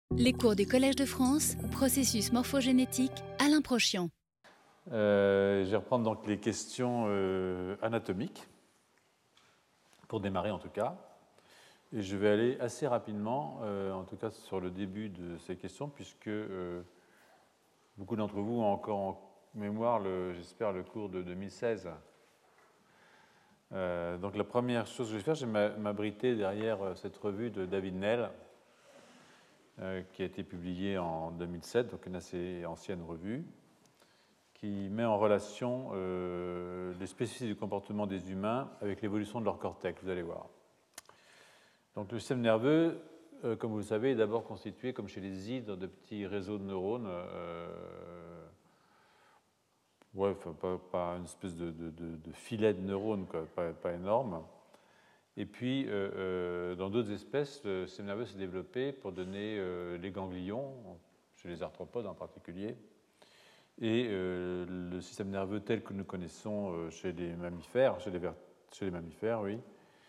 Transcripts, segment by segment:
Les cours du Collège de France, processus morphogénétique, Alain Prochian. Je vais reprendre donc les questions anatomiques, pour démarrer en tout cas. Et je vais aller assez rapidement, en tout cas sur le début de ces questions, puisque beaucoup d'entre vous ont encore en mémoire, j'espère, le cours de 2016. Donc la première chose que je vais faire, je vais m'abriter derrière cette revue de David Nell, qui a été publiée en 2007, donc une assez ancienne revue, qui met en relation les spécificités du comportement des humains avec l'évolution de leur cortex, vous allez voir. Donc le système nerveux, comme vous le savez, est d'abord constitué, comme chez les hydres, de petits réseaux de neurones, pas une espèce de filet de neurones, quoi, pas énorme. Et puis, dans d'autres espèces, le système nerveux s'est développé pour donner les ganglions, chez les arthropodes en particulier, et le système nerveux tel que nous connaissons chez les mammifères, chez les mammifères, oui,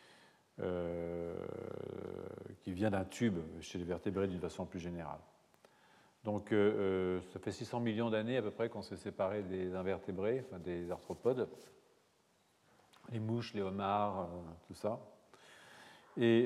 qui vient d'un tube chez les vertébrés d'une façon plus générale. Donc, ça fait 600 millions d'années à peu près qu'on s'est séparé des invertébrés, enfin des arthropodes, les mouches, les homards, tout ça. Et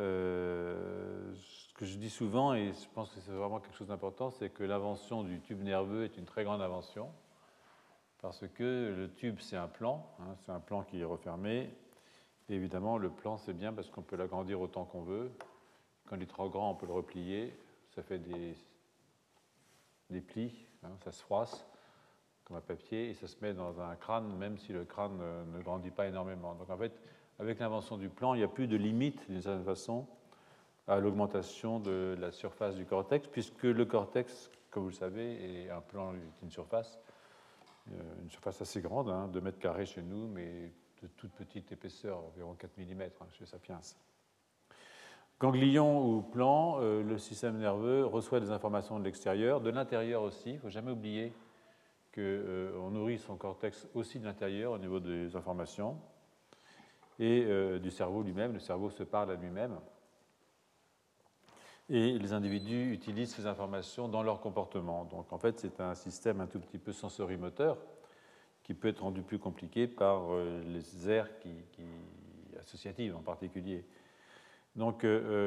ce que je dis souvent, et je pense que c'est vraiment quelque chose d'important, c'est que l'invention du tube nerveux est une très grande invention, parce que le tube, c'est un plan, hein, c'est un plan qui est refermé. Et évidemment, le plan, c'est bien parce qu'on peut l'agrandir autant qu'on veut. Quand il est trop grand, on peut le replier. Ça fait des plis, hein, ça se froisse comme un papier, et ça se met dans un crâne, même si le crâne ne grandit pas énormément. Donc en fait, avec l'invention du plan, il n'y a plus de limite, d'une certaine façon, à l'augmentation de la surface du cortex, puisque le cortex, comme vous le savez, est un plan, une surface assez grande, hein, 2 mètres carrés chez nous, mais de toute petite épaisseur, environ 4 mm hein, chez Sapiens. Ganglion ou plan, le système nerveux reçoit des informations de l'extérieur, de l'intérieur aussi. Il ne faut jamais oublier qu'on nourrit son cortex aussi de l'intérieur au niveau des informations et du cerveau lui-même. Le cerveau se parle à lui-même. Et les individus utilisent ces informations dans leur comportement. Donc en fait, c'est un système un tout petit peu sensorimoteur qui peut être rendu plus compliqué par les aires associatives en particulier. Donc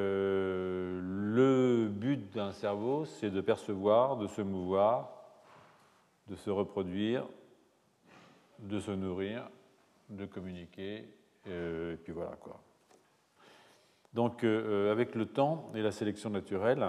le but d'un cerveau, c'est de percevoir, de se mouvoir, de se reproduire, de se nourrir, de communiquer, et puis voilà quoi. Donc, avec le temps et la sélection naturelle,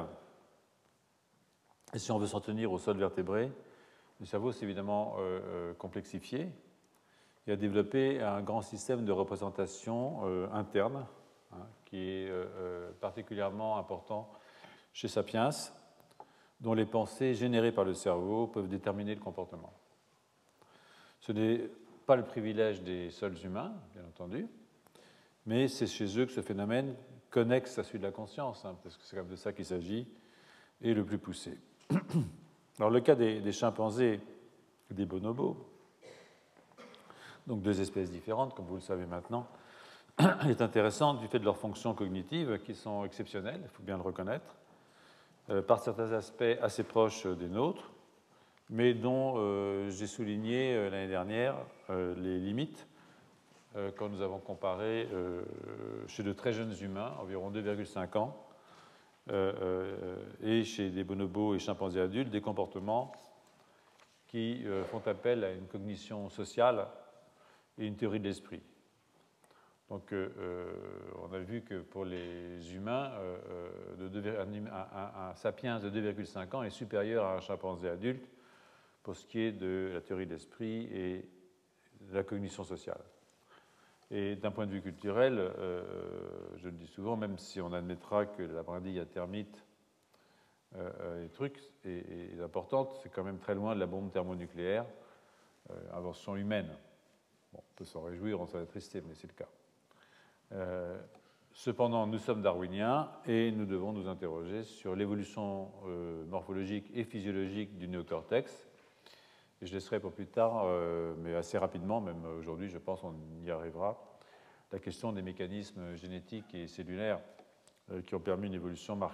et si on veut s'en tenir au sol vertébré, le cerveau s'est évidemment complexifié et a développé un grand système de représentation interne, hein, qui est particulièrement important chez Sapiens, dont les pensées générées par le cerveau peuvent déterminer le comportement. Ce n'est pas le privilège des seuls humains, bien entendu, mais c'est chez eux que ce phénomène connexe à celui de la conscience, hein, parce que c'est comme de ça qu'il s'agit, et le plus poussé. Alors le cas des chimpanzés et des bonobos, donc 2 espèces différentes, comme vous le savez maintenant, est intéressant du fait de leurs fonctions cognitives qui sont exceptionnelles, il faut bien le reconnaître, par certains aspects assez proches des nôtres, mais dont j'ai souligné l'année dernière les limites quand nous avons comparé chez de très jeunes humains, environ 2,5 ans, et chez des bonobos et chimpanzés adultes, des comportements qui font appel à une cognition sociale et une théorie de l'esprit. Donc, on a vu que pour les humains, un sapiens de 2,5 ans est supérieur à un chimpanzé adulte pour ce qui est de la théorie de l'esprit et de la cognition sociale. Et d'un point de vue culturel, je le dis souvent, même si on admettra que la brindille à termites est importante, c'est quand même très loin de la bombe thermonucléaire, invention humaine. Bon, on peut s'en réjouir, on s'en attrister, mais c'est le cas. Cependant, nous sommes darwiniens et nous devons nous interroger sur l'évolution morphologique et physiologique du néocortex. Et je laisserai pour plus tard, mais assez rapidement, même aujourd'hui, je pense qu'on y arrivera, la question des mécanismes génétiques et cellulaires qui ont permis une évolution marquée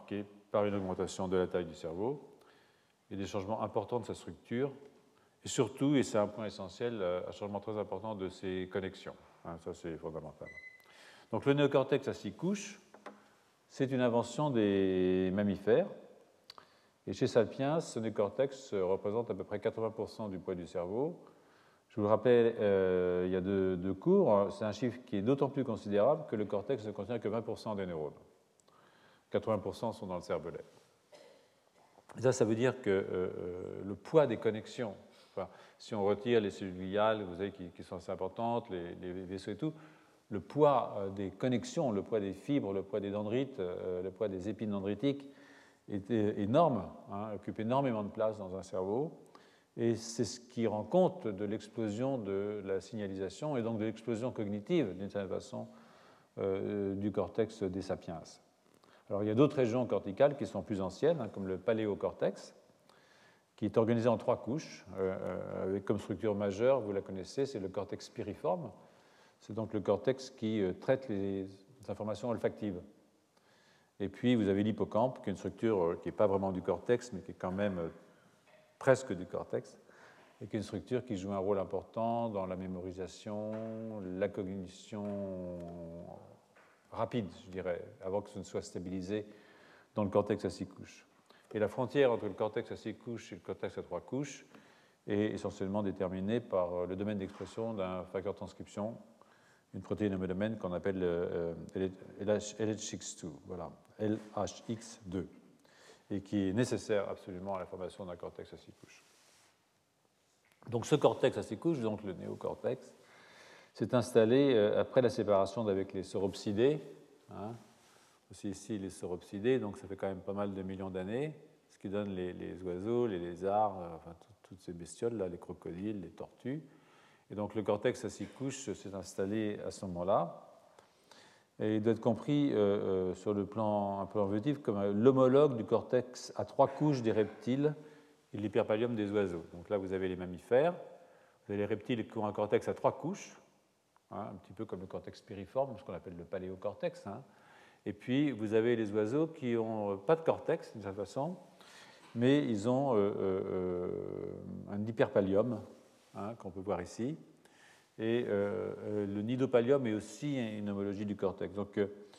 par une augmentation de la taille du cerveau et des changements importants de sa structure, et surtout, et c'est un point essentiel, un changement très important de ses connexions. Ça, c'est fondamental. Donc le néocortex à 6 couches, c'est une invention des mammifères. Et chez Sapiens, ce néocortex représente à peu près 80% du poids du cerveau. Je vous le rappelle, il y a deux cours. C'est un chiffre qui est d'autant plus considérable que le cortex ne contient que 20% des neurones. 80% sont dans le cervelet. Et ça veut dire que le poids des connexions, enfin, si on retire les cellules gliales, vous savez, qui sont assez importantes, les vaisseaux et tout, le poids des connexions, le poids des fibres, le poids des dendrites, le poids des épines dendritiques est énorme, occupe énormément de place dans un cerveau. Et c'est ce qui rend compte de l'explosion de la signalisation et donc de l'explosion cognitive, d'une certaine façon, du cortex des sapiens. Alors, il y a d'autres régions corticales qui sont plus anciennes, comme le paléocortex, qui est organisé en 3 couches, avec comme structure majeure, vous la connaissez, c'est le cortex piriforme. C'est donc le cortex qui traite les informations olfactives. Et puis, vous avez l'hippocampe, qui est une structure qui n'est pas vraiment du cortex, mais qui est quand même presque du cortex, et qui est une structure qui joue un rôle important dans la mémorisation, la cognition rapide, je dirais, avant que ce ne soit stabilisé dans le cortex à 6 couches. Et la frontière entre le cortex à 6 couches et le cortex à 3 couches est essentiellement déterminée par le domaine d'expression d'un facteur de transcription, une protéine homodomène qu'on appelle LHX2, voilà, LHX2, et qui est nécessaire absolument à la formation d'un cortex à 6 couches. Donc ce cortex à 6 couches, donc le néocortex, s'est installé après la séparation d'avec les sauropsidés. Aussi ici les sauropsidés, donc ça fait quand même pas mal de millions d'années, ce qui donne les oiseaux, les lézards, enfin toutes ces bestioles-là, les crocodiles, les tortues. Et donc le cortex à 6 couches s'est installé à ce moment-là. Et il doit être compris sur le plan un peu évolutif comme l'homologue du cortex à 3 couches des reptiles et de l'hyperpallium des oiseaux. Donc là, vous avez les mammifères, vous avez les reptiles qui ont un cortex à 3 couches, un petit peu comme le cortex piriforme, ce qu'on appelle le paléocortex. Et puis, vous avez les oiseaux qui n'ont pas de cortex, d'une certaine façon, mais ils ont un hyperpallium, qu'on peut voir ici. Et le nidopallium est aussi une homologie du cortex. Donc,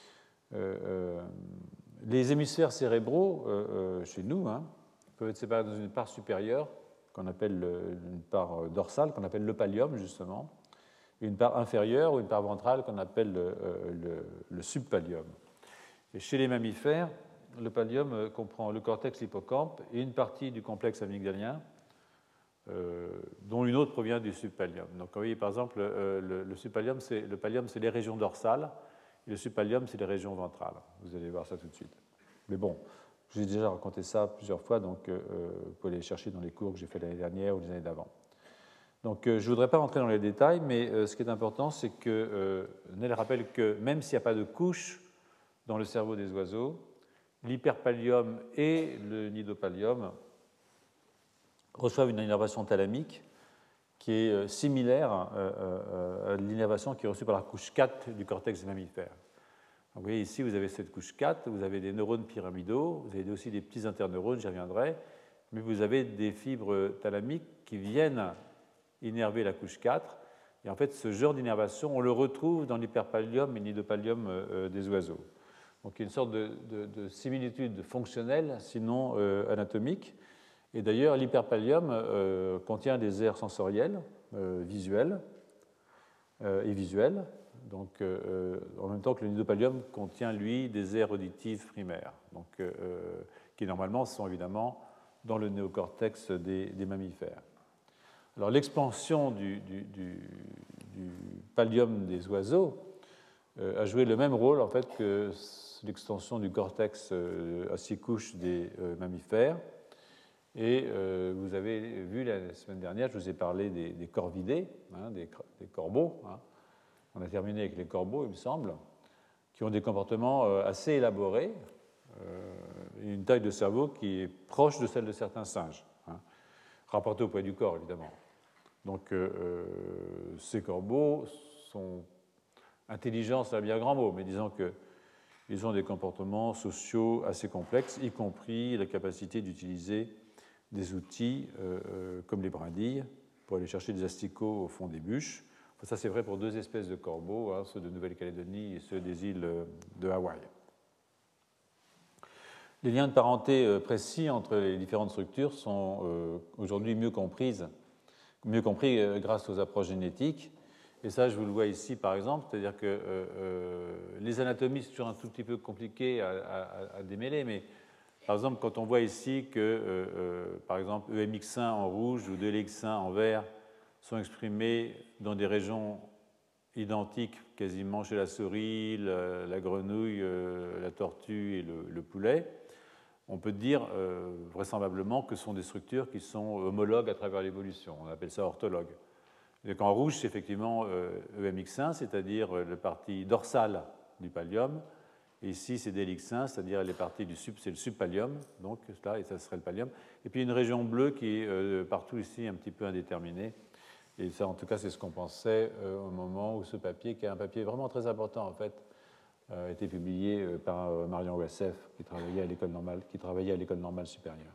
les hémisphères cérébraux, chez nous, peuvent être séparés dans une part supérieure, qu'on appelle une part dorsale, qu'on appelle le pallium, justement, et une part inférieure ou une part ventrale qu'on appelle le subpallium. Et chez les mammifères, le pallium comprend le cortex, l'hippocampe et une partie du complexe amygdalien, dont une autre provient du subpallium. Donc, vous voyez, par exemple, le pallium, c'est les régions dorsales, et le subpallium, c'est les régions ventrales. Vous allez voir ça tout de suite. Mais bon, j'ai déjà raconté ça plusieurs fois, donc vous pouvez aller chercher dans les cours que j'ai fait l'année dernière ou les années d'avant. Donc, je ne voudrais pas rentrer dans les détails, mais ce qui est important, c'est que Nel rappelle que même s'il n'y a pas de couche dans le cerveau des oiseaux, l'hyperpallium et le nidopallium reçoivent une innervation thalamique qui est similaire à l'innervation qui est reçue par la couche 4 du cortex des mammifères. Donc, vous voyez ici, vous avez cette couche 4, vous avez des neurones pyramidaux, vous avez aussi des petits interneurones, j'y reviendrai, mais vous avez des fibres thalamiques qui viennent innerver la couche 4. Et en fait, ce genre d'innervation, on le retrouve dans l'hyperpallium et le nidopallium des oiseaux. Donc, il y a une sorte de similitude fonctionnelle, sinon anatomique. Et d'ailleurs, l'hyperpallium contient des aires sensorielles, visuelles et visuelles, donc, en même temps que le nidopallium contient, lui, des aires auditives primaires, donc, qui normalement sont évidemment dans le néocortex des mammifères. Alors, l'expansion du pallium des oiseaux a joué le même rôle en fait, que l'extension du cortex à 6 couches des mammifères. Et vous avez vu la semaine dernière, je vous ai parlé des corvidés, des corbeaux. On a terminé avec les corbeaux, il me semble, qui ont des comportements assez élaborés, et une taille de cerveau qui est proche de celle de certains singes, rapportée au poids du corps, évidemment. Donc, ces corbeaux sont intelligents, c'est un bien grand mot, mais disons qu'ils ils ont des comportements sociaux assez complexes, y compris la capacité d'utiliser des outils comme les brindilles pour aller chercher des asticots au fond des bûches. Enfin, ça, c'est vrai pour deux espèces de corbeaux, hein, ceux de Nouvelle-Calédonie et ceux des îles de Hawaï. Les liens de parenté précis entre les différentes structures sont aujourd'hui mieux compris grâce aux approches génétiques. Et ça, je vous le vois ici, par exemple, c'est-à-dire que les anatomies, c'est toujours un tout petit peu compliqué à démêler, mais par exemple, quand on voit ici que, par exemple, EMX1 en rouge ou 2LX1 en vert sont exprimés dans des régions identiques quasiment chez la souris, la grenouille, la tortue et le poulet, on peut dire vraisemblablement que ce sont des structures qui sont homologues à travers l'évolution. On appelle ça orthologue. Donc en rouge, c'est effectivement EMX1, c'est-à-dire la partie dorsale du pallium. Et ici, c'est DLX1, c'est-à-dire les parties du c'est le subpallium, donc là, et ça serait le pallium. Et puis une région bleue qui est partout ici un petit peu indéterminée. Et ça, en tout cas, c'est ce qu'on pensait au moment où ce papier, qui est un papier vraiment très important en fait, a été publié par Marion Wassef, qui travaillait à l'école normale supérieure.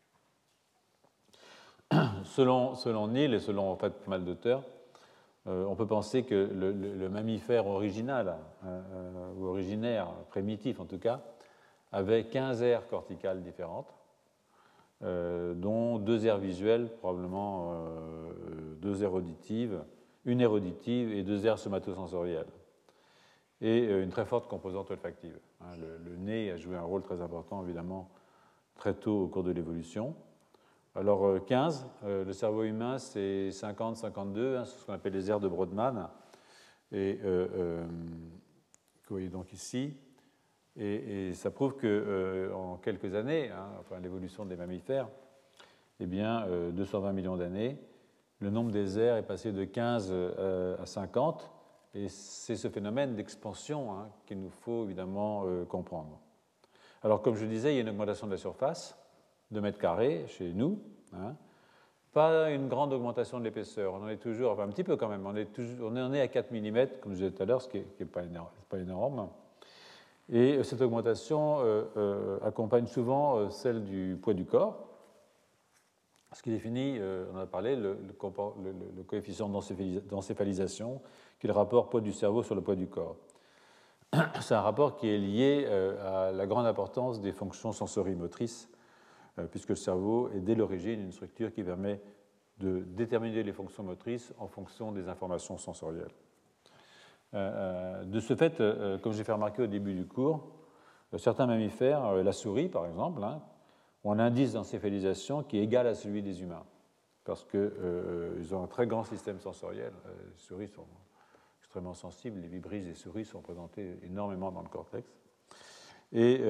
Selon Neal et selon en fait, pas mal d'auteurs, on peut penser que le mammifère original, ou originaire, primitif en tout cas, avait 15 aires corticales différentes, dont 2 aires visuelles, probablement 2 aires auditives, une aire auditive et 2 aires somatosensorielles, et une très forte composante olfactive. Le nez a joué un rôle très important, évidemment, très tôt au cours de l'évolution. Alors 15, le cerveau humain c'est 50-52, c'est ce qu'on appelle les aires de Brodmann, et que vous voyez donc ici, et ça prouve qu'en quelques années, enfin l'évolution des mammifères, eh bien 220 millions d'années, le nombre des aires est passé de 15 à 50, et c'est ce phénomène d'expansion qu'il nous faut évidemment comprendre. Alors comme je disais, il y a une augmentation de la surface, 2 mètres carrés chez nous, pas une grande augmentation de l'épaisseur, on en est toujours, enfin un petit peu quand même, on en est à 4 mm, comme je disais tout à l'heure, ce qui n'est pas énorme. Et cette augmentation accompagne souvent celle du poids du corps, ce qui définit, on en a parlé, le coefficient d'encéphalisation, qui est le rapport poids du cerveau sur le poids du corps. C'est un rapport qui est lié à la grande importance des fonctions sensorimotrices, puisque le cerveau est dès l'origine une structure qui permet de déterminer les fonctions motrices en fonction des informations sensorielles. De ce fait, comme j'ai fait remarquer au début du cours, certains mammifères, la souris par exemple, ont un indice d'encéphalisation qui est égal à celui des humains, parce qu'ils ont un très grand système sensoriel. Les souris sont extrêmement sensibles, les vibrisses des souris sont présentées énormément dans le cortex. Et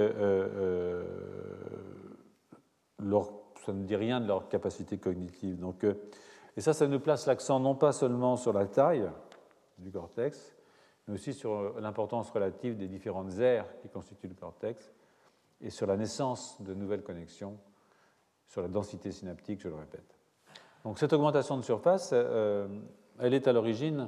ça ne dit rien de leur capacité cognitive. Donc, et ça nous place l'accent non pas seulement sur la taille du cortex, mais aussi sur l'importance relative des différentes aires qui constituent le cortex et sur la naissance de nouvelles connexions, sur la densité synaptique, je le répète. Donc cette augmentation de surface, elle est à l'origine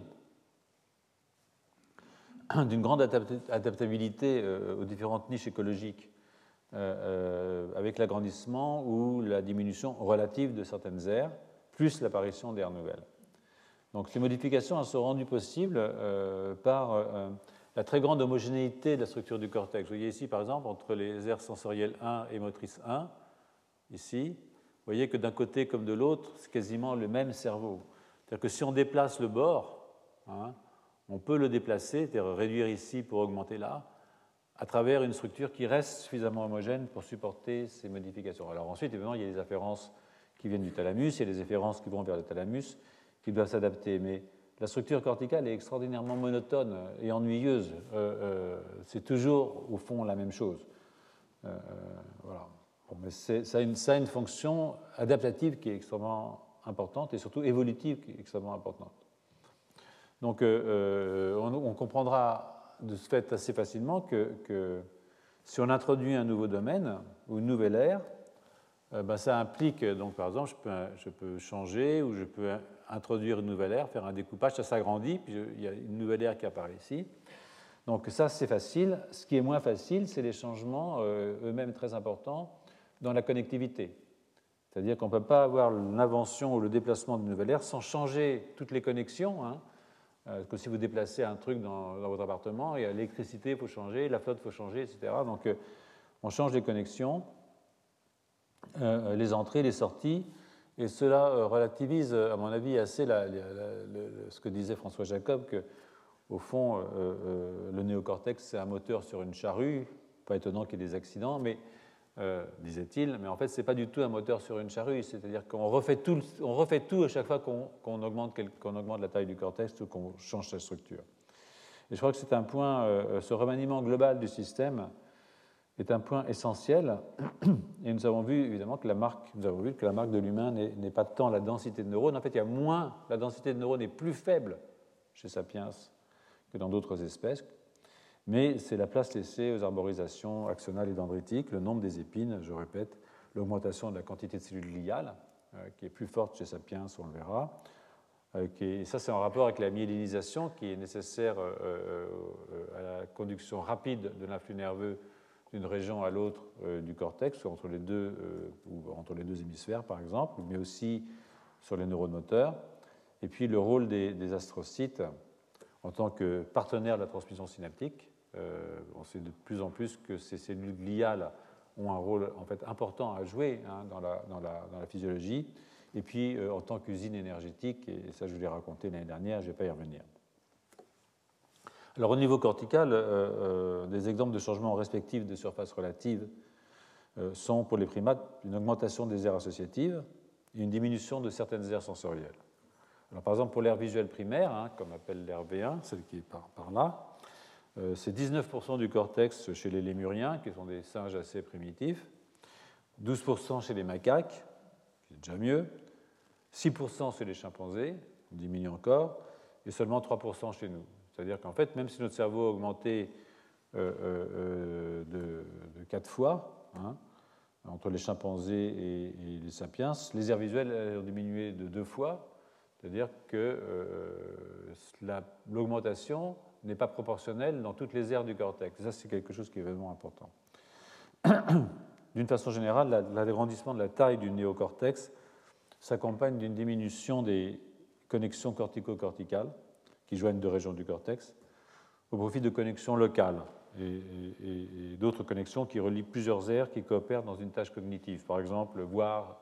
d'une grande adaptabilité aux différentes niches écologiques, avec l'agrandissement ou la diminution relative de certaines aires, plus l'apparition d'aires nouvelles. Donc ces modifications elles sont rendues possibles par la très grande homogénéité de la structure du cortex. Vous voyez ici, par exemple, entre les aires sensorielles 1 et motrices 1, ici, vous voyez que d'un côté comme de l'autre, c'est quasiment le même cerveau. C'est-à-dire que si on déplace le bord, on peut le déplacer, c'est-à-dire réduire ici pour augmenter là, à travers une structure qui reste suffisamment homogène pour supporter ces modifications. Alors ensuite, évidemment, il y a des afférences qui viennent du thalamus, il y a des afférences qui vont vers le thalamus, qui doivent s'adapter. Mais la structure corticale est extraordinairement monotone et ennuyeuse. C'est toujours, au fond, la même chose. Voilà. Bon, mais ça a une fonction adaptative qui est extrêmement importante et surtout évolutive qui est extrêmement importante. Donc, on comprendra de ce fait assez facilement que si on introduit un nouveau domaine ou une nouvelle ère, ça implique, donc, par exemple, je peux changer ou je peux introduire une nouvelle ère, faire un découpage, ça s'agrandit, puis il y a une nouvelle ère qui apparaît ici. Donc ça, c'est facile. Ce qui est moins facile, c'est les changements eux-mêmes très importants dans la connectivité. C'est-à-dire qu'on ne peut pas avoir l'invention ou le déplacement d'une nouvelle aire sans changer toutes les connexions. Hein. Comme si vous déplacez un truc dans votre appartement, et l'électricité, il faut changer, la flotte, il faut changer, etc. Donc on change les connexions, les entrées, les sorties, et cela relativise, à mon avis, assez ce que disait François Jacob, que au fond, le néocortex, c'est un moteur sur une charrue, pas étonnant qu'il y ait des accidents, mais, disait-il, mais en fait, ce n'est pas du tout un moteur sur une charrue, c'est-à-dire qu'on refait tout à chaque fois qu'on augmente la taille du cortex ou qu'on change sa structure. Et je crois que c'est un point, ce remaniement global du système est un point essentiel, et nous avons vu évidemment que la marque de l'humain n'est pas tant la densité de neurones, en fait, la densité de neurones est plus faible chez Sapiens que dans d'autres espèces, mais c'est la place laissée aux arborisations axonales et dendritiques, le nombre des épines, je répète, l'augmentation de la quantité de cellules gliales, qui est plus forte chez Sapiens, on le verra. Et ça, c'est en rapport avec la myélinisation qui est nécessaire à la conduction rapide de l'influx nerveux d'une région à l'autre du cortex, entre les deux, ou entre les deux hémisphères, par exemple, mais aussi sur les neurones moteurs. Et puis le rôle des astrocytes en tant que partenaires de la transmission synaptique. On sait de plus en plus que ces cellules gliales ont un rôle en fait important à jouer hein, dans la physiologie. Et puis en tant qu'usine énergétique, et ça je vous l'ai raconté l'année dernière, je ne vais pas y revenir. Alors au niveau cortical, des exemples de changements respectifs de surface relative sont pour les primates une augmentation des aires associatives et une diminution de certaines aires sensorielles. Alors, par exemple, pour l'aire visuelle primaire, hein, comme on appelle l'aire V1, celle qui est par là, c'est 19% du cortex chez les lémuriens, qui sont des singes assez primitifs, 12% chez les macaques, qui est déjà mieux, 6% chez les chimpanzés, on diminue encore, et seulement 3% chez nous. C'est-à-dire qu'en fait, même si notre cerveau a augmenté de 4 fois, hein, entre les chimpanzés et les sapiens, les aires visuelles ont diminué de 2 fois. C'est-à-dire que l'augmentation n'est pas proportionnelle dans toutes les aires du cortex. Ça, c'est quelque chose qui est vraiment important. D'une façon générale, l'agrandissement de la taille du néocortex s'accompagne d'une diminution des connexions cortico-corticales qui joignent deux régions du cortex au profit de connexions locales et d'autres connexions qui relient plusieurs aires qui coopèrent dans une tâche cognitive. Par exemple, voir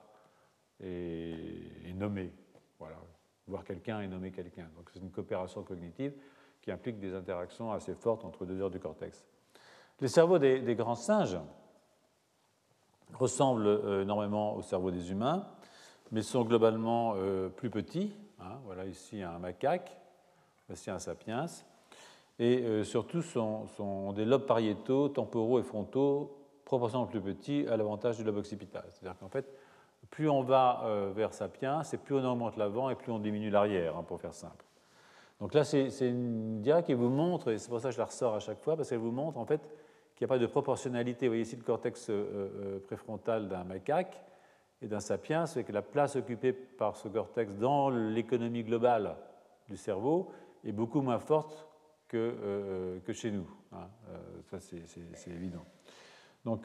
et nommer. Voilà. Voir quelqu'un et nommer quelqu'un. Donc c'est une coopération cognitive qui implique des interactions assez fortes entre deux aires du cortex. Les cerveaux des grands singes ressemblent énormément au cerveau des humains, mais sont globalement plus petits. Hein. Voilà ici un macaque, ici un sapiens, et surtout sont des lobes pariétaux, temporaux et frontaux proportionnellement plus petits à l'avantage du lobe occipital. C'est-à-dire qu'en fait, plus on va vers Sapiens, et plus on augmente l'avant et plus on diminue l'arrière, hein, pour faire simple. Donc là, c'est une dia qui vous montre, et c'est pour ça que je la ressors à chaque fois, parce qu'elle vous montre en fait qu'il n'y a pas de proportionnalité. Vous voyez ici le cortex préfrontal d'un macaque et d'un sapiens, c'est que la place occupée par ce cortex dans l'économie globale du cerveau est beaucoup moins forte que chez nous. Hein. Ça, c'est évident. Donc,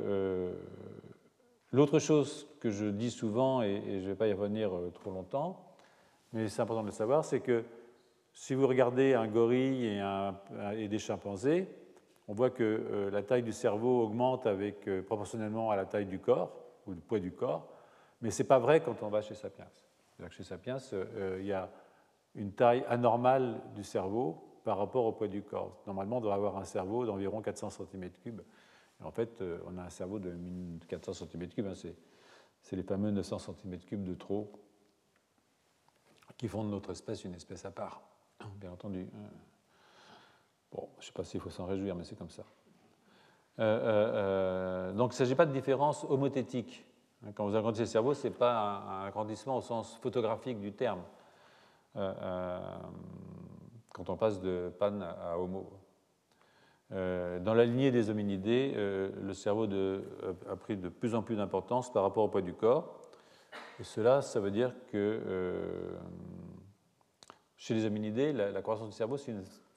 l'autre chose que je dis souvent, et je ne vais pas y revenir trop longtemps, mais c'est important de le savoir, c'est que si vous regardez un gorille et des chimpanzés, on voit que la taille du cerveau augmente proportionnellement à la taille du corps, ou le poids du corps, mais ce n'est pas vrai quand on va chez Sapiens. C'est-à-dire que chez Sapiens, il y a une taille anormale du cerveau par rapport au poids du corps. Normalement, on doit avoir un cerveau d'environ 400 cm3. Et en fait, on a un cerveau de 400 cm3, hein, c'est les fameux 900 cm3 de trop qui font de notre espèce une espèce à part, bien entendu. Bon, je ne sais pas s'il faut s'en réjouir, mais c'est comme ça. Donc, il ne s'agit pas de différence homothétique. Quand vous agrandissez le cerveau, ce n'est pas un agrandissement au sens photographique du terme, quand on passe de Pan à Homo. Dans la lignée des hominidés, le cerveau a pris de plus en plus d'importance par rapport au poids du corps. Et cela, ça veut dire que chez les hominidés, la croissance du cerveau, c'est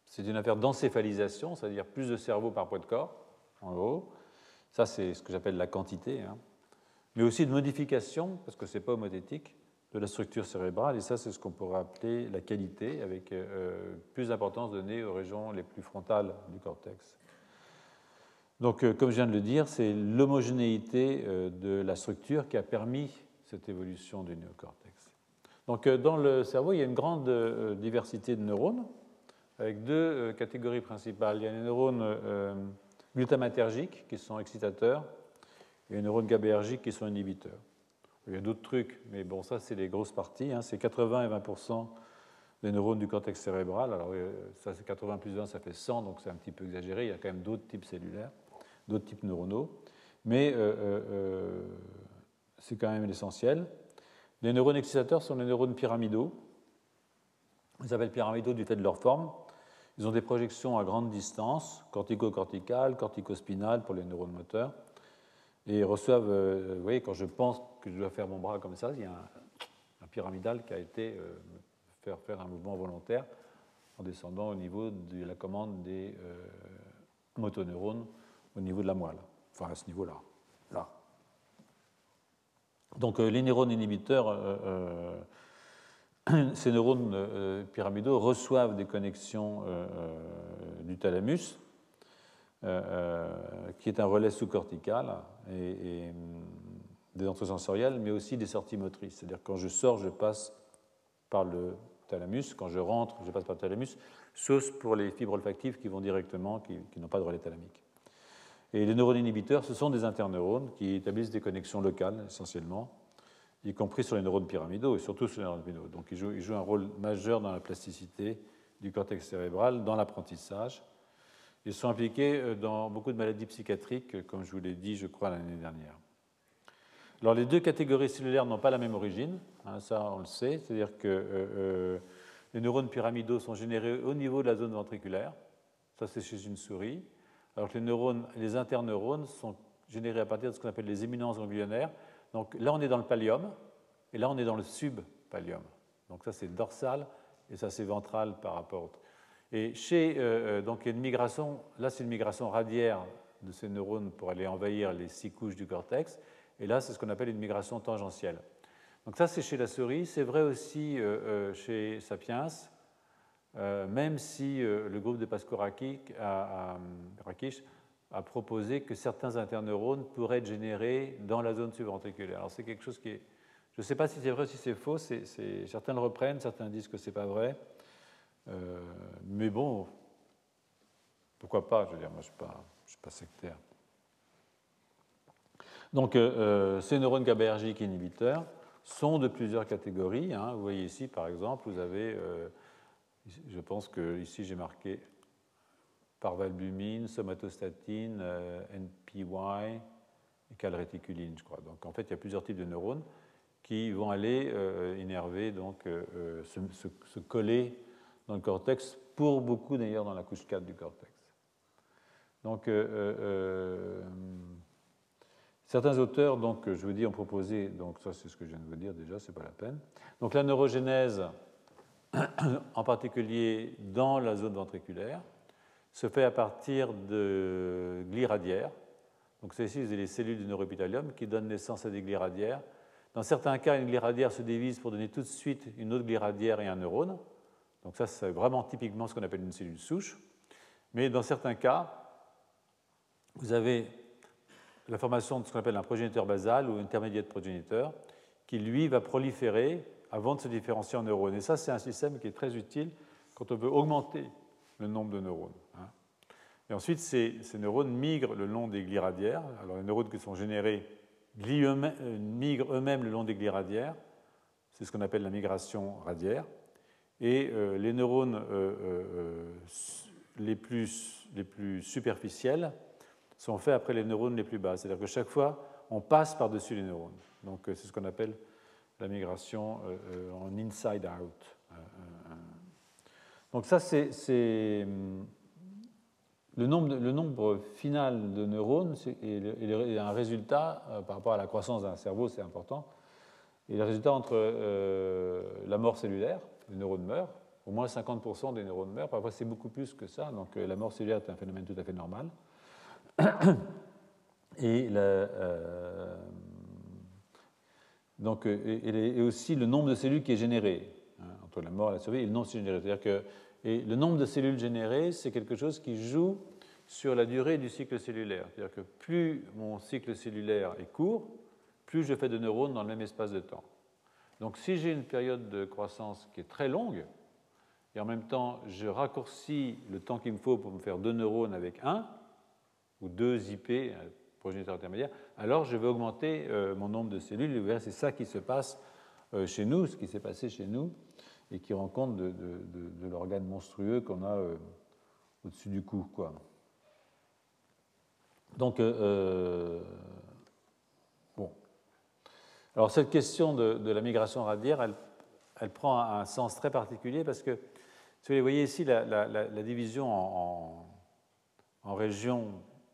c'est une affaire d'encéphalisation, c'est-à-dire plus de cerveau par poids de corps, en gros. Ça, c'est ce que j'appelle la quantité. Mais aussi de modification, parce que ce n'est pas homothétique, de la structure cérébrale. Et ça, c'est ce qu'on pourrait appeler la qualité, avec plus d'importance donnée aux régions les plus frontales du cortex. Donc, comme je viens de le dire, c'est l'homogénéité de la structure qui a permis cette évolution du néocortex. Donc, dans le cerveau, il y a une grande diversité de neurones, avec deux catégories principales. Il y a les neurones glutamatergiques, qui sont excitateurs, et les neurones GABAergiques, qui sont inhibiteurs. Il y a d'autres trucs, mais bon, ça, c'est les grosses parties. C'est 80 et 20% des neurones du cortex cérébral. Alors, ça, c'est 80 plus 20, ça fait 100, donc c'est un petit peu exagéré. Il y a quand même d'autres types cellulaires, d'autres types neuronaux. Mais c'est quand même l'essentiel. Les neurones excitateurs sont les neurones pyramidaux. Ils s'appellent pyramidaux du fait de leur forme. Ils ont des projections à grande distance, cortico-corticales, cortico-spinales pour les neurones moteurs. Et ils reçoivent, vous voyez, quand je pense que je dois faire mon bras comme ça, il y a un pyramidal qui a été faire un mouvement volontaire en descendant au niveau de la commande des motoneurones au niveau de la moelle, enfin à ce niveau-là. Là. Donc les neurones inhibiteurs, ces neurones pyramidaux reçoivent des connexions du thalamus, qui est un relais sous-cortical et des entrées sensorielles, mais aussi des sorties motrices. C'est-à-dire que quand je sors, je passe par le thalamus. Quand je rentre, je passe par le thalamus, sauf pour les fibres olfactives qui vont directement, qui n'ont pas de relais thalamique. Et les neurones inhibiteurs, ce sont des interneurones qui établissent des connexions locales, essentiellement, y compris sur les neurones pyramidaux et surtout sur les neurones pyramidaux. Donc ils jouent un rôle majeur dans la plasticité du cortex cérébral, dans l'apprentissage. Ils sont impliqués dans beaucoup de maladies psychiatriques, comme je vous l'ai dit, je crois, l'année dernière. Alors, les deux catégories cellulaires n'ont pas la même origine, ça on le sait, c'est-à-dire que les neurones pyramidaux sont générés au niveau de la zone ventriculaire, ça c'est chez une souris, alors que les interneurones sont générés à partir de ce qu'on appelle les éminences ganglionnaires. Donc là on est dans le pallium, et là on est dans le subpallium. Donc ça c'est dorsal, et ça c'est ventral par rapport au... Et donc il y a une migration, là c'est une migration radiaire de ces neurones pour aller envahir les 6 couches du cortex, et là c'est ce qu'on appelle une migration tangentielle. Donc ça c'est chez la souris, c'est vrai aussi chez Sapiens, même si le groupe de Pascoe-Rakic a proposé que certains interneurones pourraient être générés dans la zone subventriculaire. Alors c'est quelque chose qui est... Je ne sais pas si c'est vrai ou si c'est faux, certains le reprennent, certains disent que ce n'est pas vrai. Mais bon, pourquoi pas, je veux dire, moi je ne suis pas sectaire. Donc ces neurones GABAergiques inhibiteurs sont de plusieurs catégories. Vous voyez ici, par exemple, vous avez, je pense que ici j'ai marqué parvalbumine, somatostatine, NPY et calréticuline, je crois. Donc en fait, il y a plusieurs types de neurones qui vont aller innerver, donc se coller dans le cortex, pour beaucoup d'ailleurs dans la couche 4 du cortex. Donc, certains auteurs, donc, je vous dis, ont proposé, donc ça c'est ce que je viens de vous dire déjà, c'est pas la peine. Donc la neurogénèse, en particulier dans la zone ventriculaire, se fait à partir de glis radiaires. Donc c'est ici, vous avez les cellules du neuroépithélium qui donnent naissance à des glis radiaires. Dans certains cas, une glie radiaire se divise pour donner tout de suite une autre glie radiaire et un neurone. Donc ça, c'est vraiment typiquement ce qu'on appelle une cellule souche. Mais dans certains cas, vous avez la formation de ce qu'on appelle un progéniteur basal ou intermédiaire progéniteur qui, lui, va proliférer avant de se différencier en neurones. Et ça, c'est un système qui est très utile quand on veut augmenter le nombre de neurones. Et ensuite, ces neurones migrent le long des glies radiaires. Alors, les neurones qui sont générés migrent eux-mêmes le long des glies radiaires. C'est ce qu'on appelle la migration radiaire. Et les neurones les plus superficiels sont faits après les neurones les plus bas. C'est-à-dire que chaque fois, on passe par-dessus les neurones. Donc, c'est ce qu'on appelle la migration en inside-out. Donc, ça, c'est le nombre final de neurones est un résultat, par rapport à la croissance d'un cerveau, c'est important, et le résultat entre la mort cellulaire, le neurone meurt, au moins 50% des neurones meurent. Parfois, c'est beaucoup plus que ça. Donc, la mort cellulaire est un phénomène tout à fait normal. Et, et aussi le nombre de cellules qui est généré, entre la mort et la survie, et le nombre de cellules générées. C'est-à-dire que le nombre de cellules générées, c'est quelque chose qui joue sur la durée du cycle cellulaire. C'est-à-dire que plus mon cycle cellulaire est court, plus je fais de neurones dans le même espace de temps. Donc si j'ai une période de croissance qui est très longue, et en même temps je raccourcis le temps qu'il me faut pour me faire 2 neurones avec 1, ou 2 IP, progéniteur intermédiaire, alors je vais augmenter mon nombre de cellules. Et vous verrez, c'est ça qui se passe chez nous, ce qui s'est passé chez nous, et qui rend compte de l'organe monstrueux qu'on a au-dessus du cou, quoi. Donc, bon. Alors, cette question de la migration radiaire, elle prend un sens très particulier parce que, si vous voyez ici la division en régions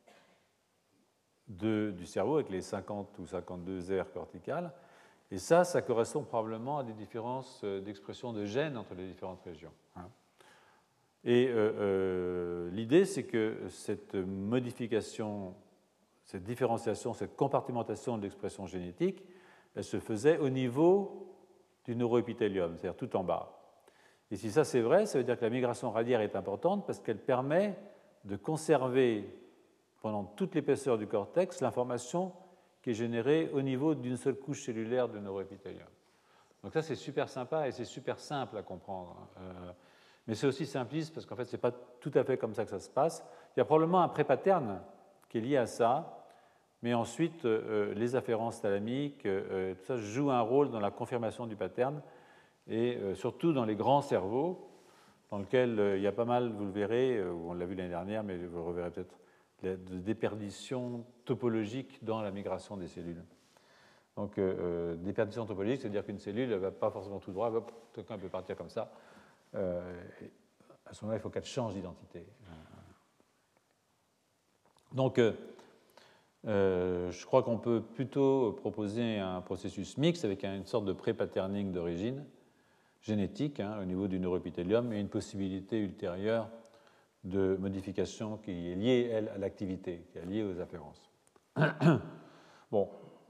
du cerveau avec les 50 ou 52 aires corticales, et ça correspond probablement à des différences d'expression de gènes entre les différentes régions. Et l'idée, c'est que cette modification, cette différenciation, cette compartimentation de l'expression génétique, elle se faisait au niveau du neuroépithélium, c'est-à-dire tout en bas. Et si ça c'est vrai, ça veut dire que la migration radiaire est importante parce qu'elle permet de conserver pendant toute l'épaisseur du cortex l'information qui est générée au niveau d'une seule couche cellulaire de neuroépithélium. Donc ça c'est super sympa et c'est super simple à comprendre. Mais c'est aussi simpliste parce qu'en fait, ce n'est pas tout à fait comme ça que ça se passe. Il y a probablement un pré-pattern qui est lié à ça, mais ensuite, les afférences thalamiques, tout ça joue un rôle dans la confirmation du pattern, et surtout dans les grands cerveaux, dans lesquels il y a pas mal, vous le verrez, on l'a vu l'année dernière, mais vous le reverrez peut-être, de déperdition topologique dans la migration des cellules. Donc, déperdition topologique, c'est-à-dire qu'une cellule ne va pas forcément tout droit, quelqu'un peut partir comme ça. À ce moment-là, il faut qu'elle change d'identité. Donc, je crois qu'on peut plutôt proposer un processus mixte avec une sorte de pré-patterning d'origine génétique au niveau du neuroépithélium et une possibilité ultérieure de modification qui est liée, elle, à l'activité, qui est liée aux afférences. Bon.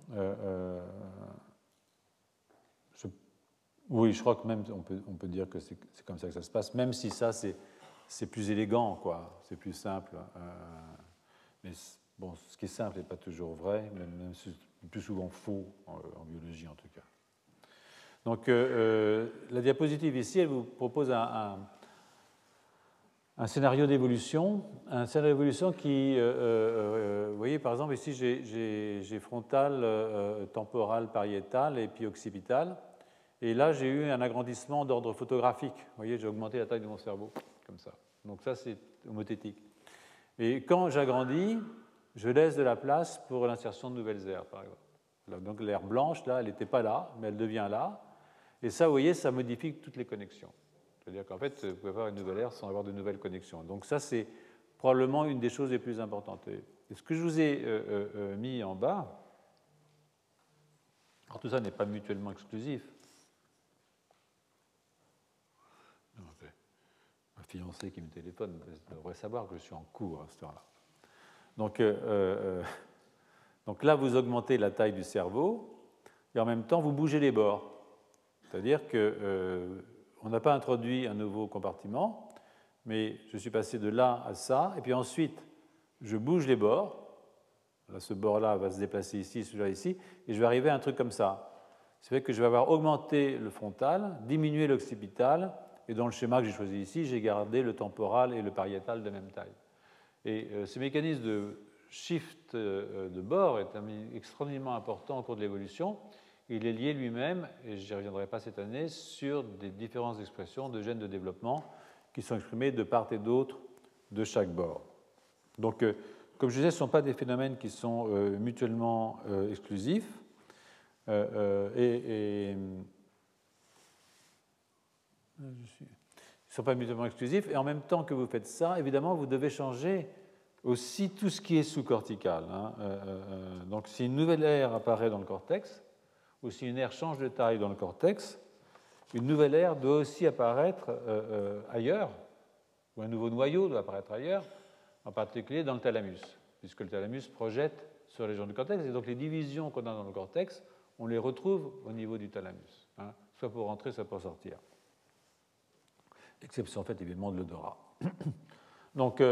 Oui, je crois que même on peut dire que c'est comme ça que ça se passe, même si ça c'est plus élégant, quoi, c'est plus simple. Mais bon, ce qui est simple n'est pas toujours vrai, même c'est plus souvent faux en biologie en tout cas. Donc la diapositive ici, elle vous propose un scénario d'évolution, qui, vous voyez par exemple ici j'ai frontal, temporal, pariétal et puis occipital. Et là, j'ai eu un agrandissement d'ordre photographique. Vous voyez, j'ai augmenté la taille de mon cerveau, comme ça. Donc ça, c'est homothétique. Et quand j'agrandis, je laisse de la place pour l'insertion de nouvelles aires, par exemple. Donc l'aire blanche, là, elle n'était pas là, mais elle devient là. Et ça, vous voyez, ça modifie toutes les connexions. C'est-à-dire qu'en fait, vous pouvez avoir une nouvelle aire sans avoir de nouvelles connexions. Donc ça, c'est probablement une des choses les plus importantes. Et ce que je vous ai mis en bas, alors tout ça n'est pas mutuellement exclusif. Ma fiancée qui me téléphone devrait savoir que je suis en cours à cette heure-là. Donc là, vous augmentez la taille du cerveau et en même temps, vous bougez les bords. C'est-à-dire qu'on n'a pas introduit un nouveau compartiment, mais je suis passé de là à ça, et puis ensuite, je bouge les bords. Là, ce bord-là va se déplacer ici, celui-là ici, et je vais arriver à un truc comme ça. Ça fait que je vais avoir augmenté le frontal, diminué l'occipital, et dans le schéma que j'ai choisi ici, j'ai gardé le temporal et le pariétal de même taille. Et ce mécanisme de shift de bord est extrêmement important au cours de l'évolution. Il est lié lui-même, et je n'y reviendrai pas cette année, sur des différentes expressions de gènes de développement qui sont exprimées de part et d'autre de chaque bord. Donc, comme je disais, ce ne sont pas des phénomènes qui sont mutuellement exclusifs. Ils ne sont pas mutuellement exclusifs, et en même temps que vous faites ça, évidemment, vous devez changer aussi tout ce qui est sous-cortical. Donc, si une nouvelle aire apparaît dans le cortex, ou si une aire change de taille dans le cortex, une nouvelle aire doit aussi apparaître ailleurs, ou un nouveau noyau doit apparaître ailleurs, en particulier dans le thalamus, puisque le thalamus projette sur les régions du cortex, et donc les divisions qu'on a dans le cortex, on les retrouve au niveau du thalamus, hein, soit pour rentrer, soit pour sortir. Exception faite évidemment de l'odorat. Donc,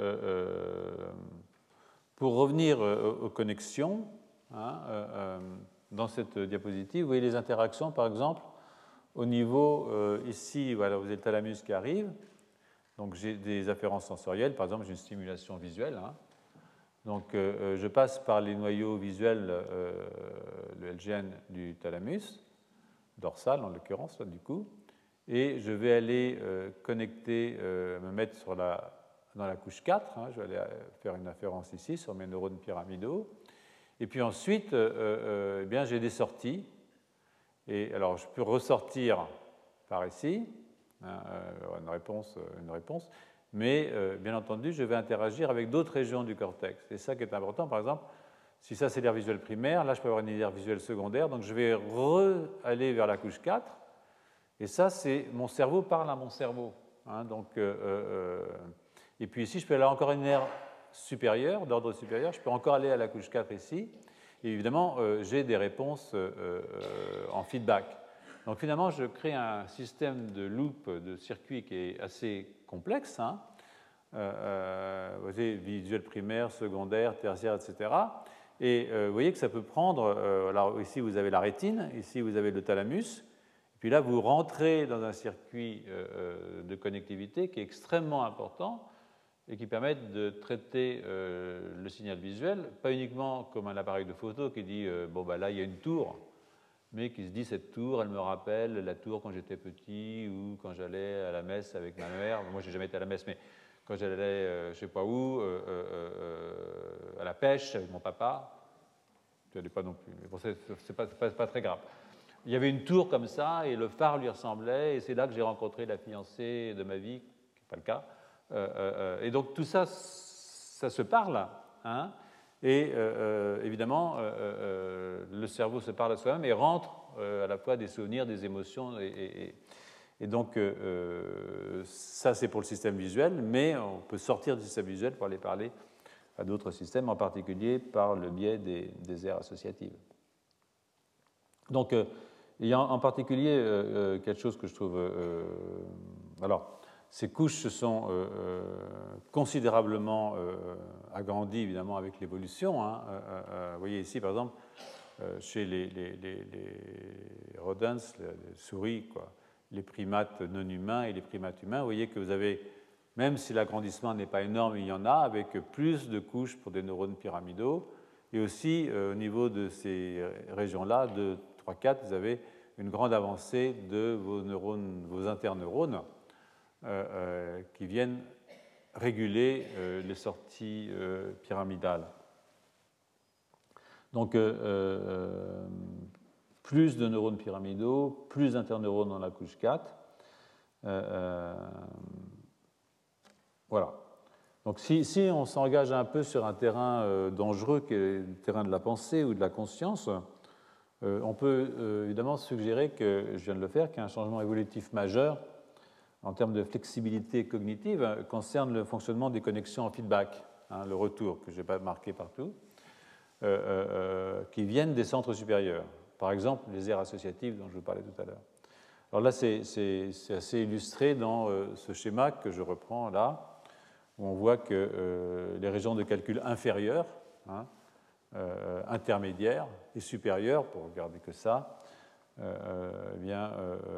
pour revenir aux connexions, hein, dans cette diapositive, vous voyez les interactions, par exemple, au niveau, ici, voilà, vous avez le thalamus qui arrive, donc j'ai des afférences sensorielles, par exemple, j'ai une stimulation visuelle, hein. Donc, je passe par les noyaux visuels, le LGN du thalamus, dorsal en l'occurrence, du coup, et je vais aller connecter, me mettre dans la couche 4, hein, je vais aller faire une afférence ici sur mes neurones pyramidaux, et puis ensuite, eh bien, j'ai des sorties, et alors je peux ressortir par ici, hein, une réponse, mais bien entendu, je vais interagir avec d'autres régions du cortex. C'est ça qui est important. Par exemple, si ça c'est l'aire visuelle primaire, là je peux avoir une aire visuelle secondaire, donc je vais aller vers la couche 4, et ça c'est mon cerveau parle à mon cerveau. Hein, donc, et puis ici, je peux aller encore une aire supérieure, d'ordre supérieur, je peux encore aller à la couche 4 ici, et évidemment, j'ai des réponses en feedback. Donc finalement, je crée un système de loop, de circuit qui est assez complexe, hein. Vous voyez, visuel primaire, secondaire, tertiaire, etc. Et vous voyez que ça peut prendre, alors ici vous avez la rétine, ici vous avez le thalamus, et puis là vous rentrez dans un circuit de connectivité qui est extrêmement important et qui permet de traiter le signal visuel, pas uniquement comme un appareil de photo qui dit bon bah là il y a une tour, mais qui se dit cette tour, elle me rappelle la tour quand j'étais petit ou quand j'allais à la messe avec ma mère. Moi, je n'ai jamais été à la messe, mais quand j'allais, je ne sais pas où, à la pêche avec mon papa, je n'allais pas non plus, mais bon, ce n'est pas très grave. Il y avait une tour comme ça et le phare lui ressemblait, et c'est là que j'ai rencontré la fiancée de ma vie, qui n'est pas le cas. Et donc tout ça, ça se parle, hein. Et évidemment, le cerveau se parle à soi-même et rentre à la fois des souvenirs, des émotions. Et donc, ça, c'est pour le système visuel, mais on peut sortir du système visuel pour aller parler à d'autres systèmes, en particulier par le biais des aires associatives. Donc, il y a en particulier quelque chose que je trouve... alors, ces couches se sont considérablement agrandies, évidemment, avec l'évolution, hein. Vous voyez ici, par exemple, chez les rodents, les souris, quoi, les primates non humains et les primates humains, vous voyez que vous avez, même si l'agrandissement n'est pas énorme, il y en a, avec plus de couches pour des neurones pyramidaux, et aussi au niveau de ces régions-là, de 3-4, vous avez une grande avancée de vos neurones, vos interneurones, qui viennent réguler les sorties pyramidales. Donc, plus de neurones pyramidaux, plus d'interneurones dans la couche 4. Voilà. Donc, si on s'engage un peu sur un terrain dangereux, qui est le terrain de la pensée ou de la conscience, on peut évidemment suggérer que, je viens de le faire, qu'un changement évolutif majeur en termes de flexibilité cognitive concerne le fonctionnement des connexions en feedback, hein, le retour que je n'ai pas marqué partout, qui viennent des centres supérieurs. Par exemple, les aires associatives dont je vous parlais tout à l'heure. Alors là, c'est assez illustré dans ce schéma que je reprends là, où on voit que les régions de calcul inférieures, hein, intermédiaires et supérieures, pour regarder que ça, eh bien,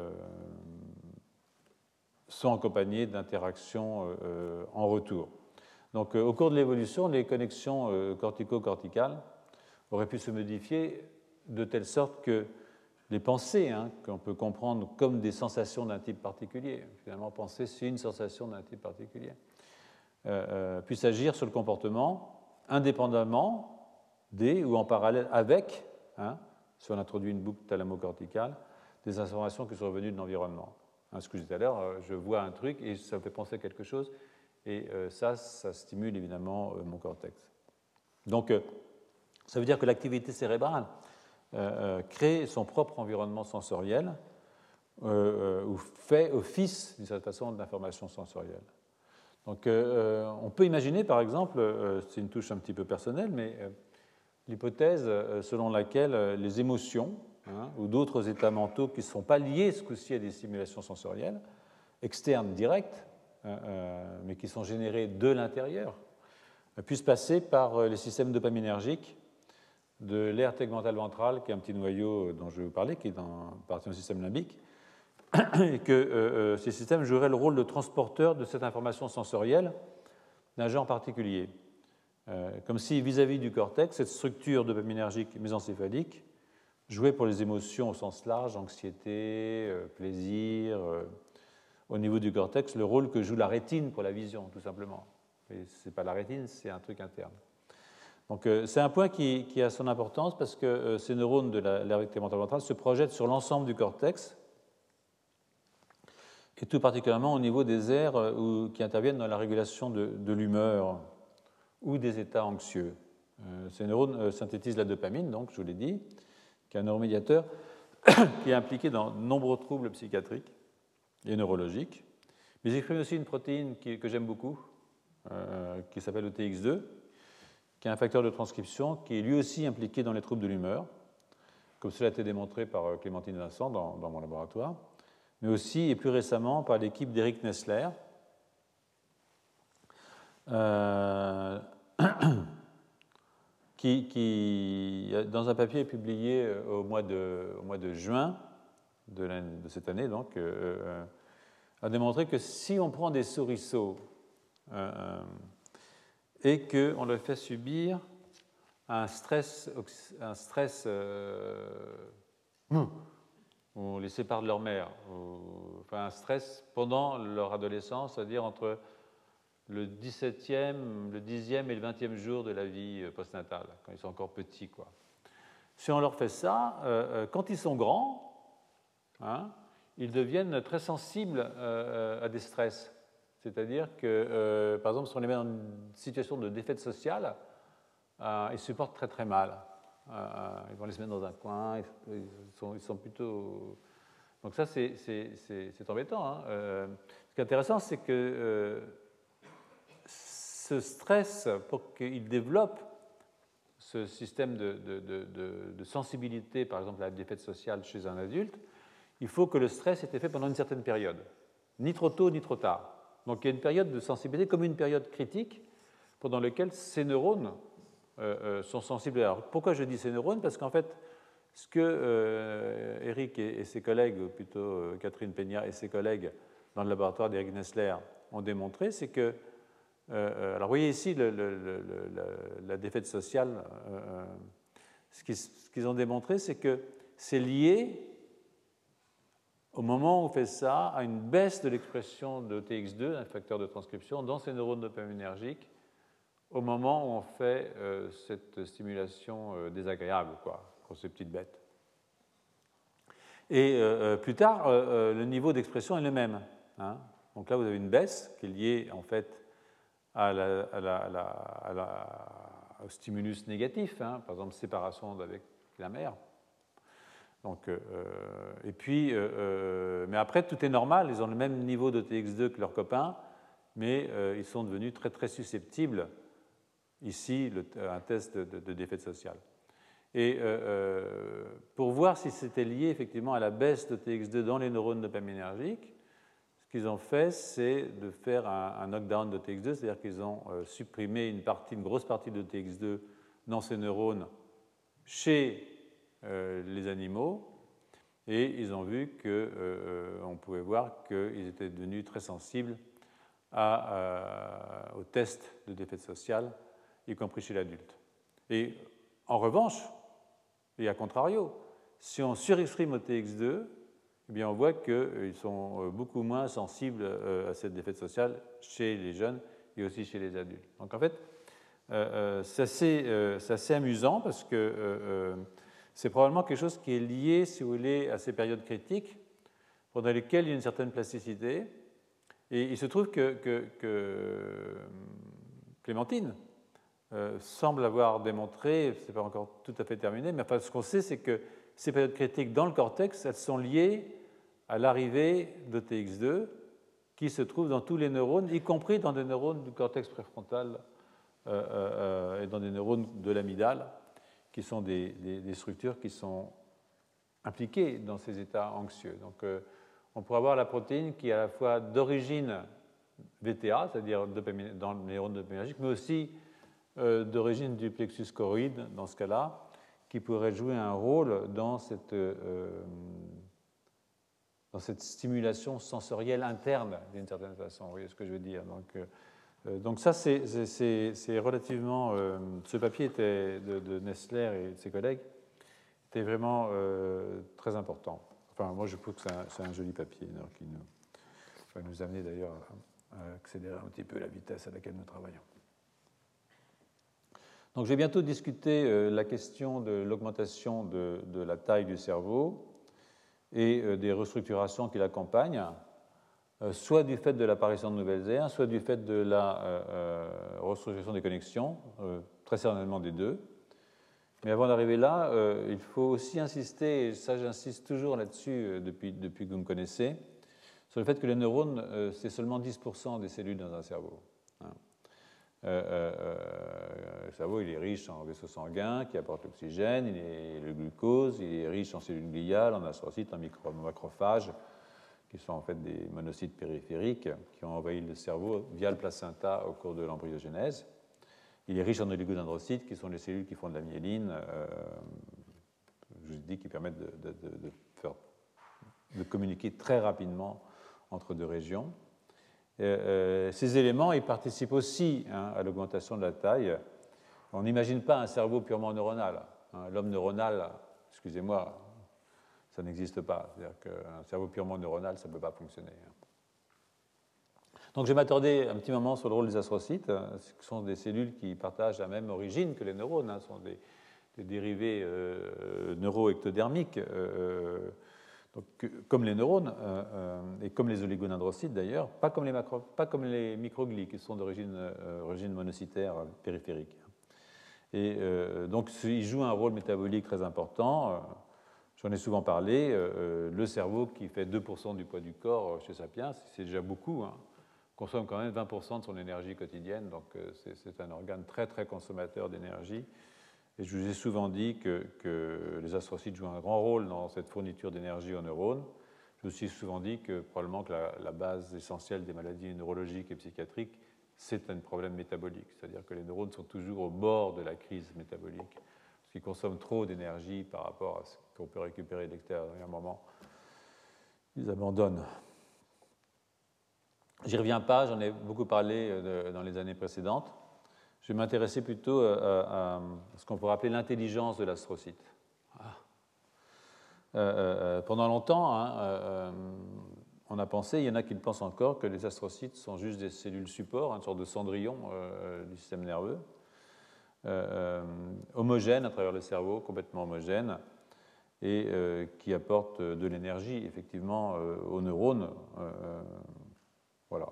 sont accompagnées d'interactions en retour. Donc, au cours de l'évolution, les connexions cortico-corticales auraient pu se modifier de telle sorte que les pensées, hein, qu'on peut comprendre comme des sensations d'un type particulier, finalement, penser, c'est une sensation d'un type particulier, puissent agir sur le comportement indépendamment des ou en parallèle avec, hein, si on introduit une boucle thalamo-corticale, des informations qui sont revenues de l'environnement. Hein, ce que je disais tout à l'heure, je vois un truc et ça me fait penser à quelque chose, et ça stimule évidemment mon cortex. Donc, ça veut dire que l'activité cérébrale crée son propre environnement sensoriel ou fait office, d'une certaine façon, d'information sensorielle. Donc, on peut imaginer, par exemple, c'est une touche un petit peu personnelle, mais l'hypothèse selon laquelle les émotions ou d'autres états mentaux qui ne sont pas liés ce coup-ci à des stimulations sensorielles, externes directes, mais qui sont générées de l'intérieur, puissent passer par les systèmes dopaminergiques de l'aire tegmentale ventrale, qui est un petit noyau dont je vais vous parler, qui est partie du système limbique, et que ces systèmes joueraient le rôle de transporteur de cette information sensorielle d'un genre particulier. Comme si, vis-à-vis du cortex, cette structure dopaminergique mésencéphalique jouait pour les émotions au sens large, anxiété, plaisir, au niveau du cortex, le rôle que joue la rétine pour la vision, tout simplement. Et ce n'est pas la rétine, c'est un truc interne. Donc, c'est un point qui a son importance parce que ces neurones de l'aire tegmentale ventrale se projettent sur l'ensemble du cortex, et tout particulièrement au niveau des aires qui interviennent dans la régulation de l'humeur ou des états anxieux. Ces neurones synthétisent la dopamine, donc, je vous l'ai dit, qui est un neuromédiateur qui est impliqué dans de nombreux troubles psychiatriques et neurologiques. Mais ils expriment aussi une protéine que j'aime beaucoup, qui s'appelle le TX2, qui est un facteur de transcription qui est lui aussi impliqué dans les troubles de l'humeur, comme cela a été démontré par Clémentine Vincent dans mon laboratoire, mais aussi et plus récemment par l'équipe d'Eric Nestler, qui, dans un papier publié au mois de juin de cette année, donc, a démontré que si on prend des souriceaux et qu'on leur fait subir un stress on les sépare de leur mère, enfin un stress pendant leur adolescence, c'est-à-dire entre le 17e, le 10e et le 20e jour de la vie postnatale, quand ils sont encore petits, quoi. Si on leur fait ça, quand ils sont grands, ils deviennent très sensibles à des stress. C'est-à-dire que, par exemple, si on les met dans une situation de défaite sociale, ils supportent très très mal. Ils vont les mettre dans un coin, ils sont plutôt... Donc ça, c'est embêtant. Ce qui est intéressant, c'est que ce stress, pour qu'il développe ce système de sensibilité, par exemple à la défaite sociale chez un adulte, il faut que le stress ait été fait pendant une certaine période, ni trop tôt ni trop tard. Donc il y a une période de sensibilité comme une période critique pendant laquelle ces neurones sont sensibles. Alors, pourquoi je dis ces neurones? Parce qu'en fait, ce que Eric et ses collègues, ou plutôt Catherine Peña et ses collègues dans le laboratoire d'Eric Nestler ont démontré, c'est que, alors vous voyez ici la défaite sociale, ce qu'ils ont démontré, c'est que c'est lié, au moment où on fait ça, à une baisse de l'expression de TX2, un facteur de transcription, dans ces neurones dopaminergiques, au moment où on fait cette stimulation désagréable, quoi, pour ces petites bêtes. Et plus tard, le niveau d'expression est le même. Donc là, vous avez une baisse qui est liée, en fait, au stimulus négatif, par exemple, séparation avec la mère. Donc, et puis, mais après, tout est normal, ils ont le même niveau de TX2 que leurs copains, mais ils sont devenus très, très susceptibles. Ici, un test de défaite sociale. Et pour voir si c'était lié effectivement à la baisse de TX2 dans les neurones dopaminergiques, ce qu'ils ont fait, c'est de faire un knockdown de TX2, c'est-à-dire qu'ils ont supprimé une grosse partie de TX2 dans ces neurones chez les animaux, et ils ont vu qu'on pouvait voir qu'ils étaient devenus très sensibles au test de défaite sociale, y compris chez l'adulte. Et en revanche, et à contrario, si on surexprime au TX2, eh bien on voit qu'ils sont beaucoup moins sensibles à cette défaite sociale chez les jeunes et aussi chez les adultes. Donc en fait, c'est assez amusant parce que c'est probablement quelque chose qui est lié, si vous voulez, à ces périodes critiques pendant lesquelles il y a une certaine plasticité. Et il se trouve que Clémentine semble avoir démontré, ce n'est pas encore tout à fait terminé, mais enfin, ce qu'on sait, c'est que ces périodes critiques dans le cortex, elles sont liées à l'arrivée de TX2 qui se trouve dans tous les neurones, y compris dans des neurones du cortex préfrontal et dans des neurones de l'amygdale, qui sont des structures qui sont impliquées dans ces états anxieux. Donc, on pourrait avoir la protéine qui est à la fois d'origine VTA, c'est-à-dire dans les neurones dopaminergiques, mais aussi d'origine du plexus choroïde, dans ce cas-là, qui pourrait jouer un rôle dans cette stimulation sensorielle interne, d'une certaine façon. Vous voyez ce que je veux dire? Donc ça, c'est relativement... ce papier était de Nestler et de ses collègues était vraiment très important. Enfin, moi, je trouve que c'est un joli papier qui va nous amener d'ailleurs à accélérer un petit peu la vitesse à laquelle nous travaillons. Donc, je vais bientôt discuter la question de l'augmentation de la taille du cerveau et des restructurations qui l'accompagnent, soit du fait de l'apparition de nouvelles aires, soit du fait de la restructuration des connexions, très certainement des deux. Mais avant d'arriver là, il faut aussi insister, et ça j'insiste toujours là-dessus depuis que vous me connaissez, sur le fait que les neurones, c'est seulement 10% des cellules dans un cerveau. Le cerveau, il est riche en vaisseaux sanguins qui apportent l'oxygène, le glucose, il est riche en cellules gliales, en astrocytes, en macrophages, qui sont en fait des monocytes périphériques qui ont envahi le cerveau via le placenta au cours de l'embryogenèse. Il est riche en oligodendrocytes, qui sont les cellules qui font de la myéline, je vous ai dit, qui permettent de communiquer très rapidement entre deux régions. Ces éléments, ils participent aussi à l'augmentation de la taille. On n'imagine pas un cerveau purement neuronal. L'homme neuronal, excusez-moi, ça n'existe pas. C'est-à-dire qu'un cerveau purement neuronal, ça ne peut pas fonctionner. Donc je vais m'attarder un petit moment sur le rôle des astrocytes. Ce sont des cellules qui partagent la même origine que les neurones. Ce sont des dérivés neuroectodermiques, comme les neurones et comme les oligodendrocytes d'ailleurs, pas comme les microglies qui sont d'origine monocytaire périphérique. Et donc ils jouent un rôle métabolique très important. J'en ai souvent parlé. Le cerveau qui fait 2% du poids du corps chez Sapiens, c'est déjà beaucoup, consomme quand même 20% de son énergie quotidienne, donc c'est un organe très très consommateur d'énergie. Et je vous ai souvent dit que les astrocytes jouent un grand rôle dans cette fourniture d'énergie aux neurones. Je vous ai aussi souvent dit que probablement que la base essentielle des maladies neurologiques et psychiatriques, c'est un problème métabolique, c'est-à-dire que les neurones sont toujours au bord de la crise métabolique, parce qu'ils consomment trop d'énergie par rapport à ce qu'on peut récupérer de l'extérieur. À un moment, ils abandonnent. J'y reviens pas, j'en ai beaucoup parlé dans les années précédentes. Je vais m'intéresser plutôt à ce qu'on pourrait appeler l'intelligence de l'astrocyte. Pendant longtemps, on a pensé, il y en a qui le pensent encore, que les astrocytes sont juste des cellules support, une sorte de cendrillon du système nerveux, homogènes à travers le cerveau, complètement homogènes, et qui apportent de l'énergie, effectivement, aux neurones. Voilà.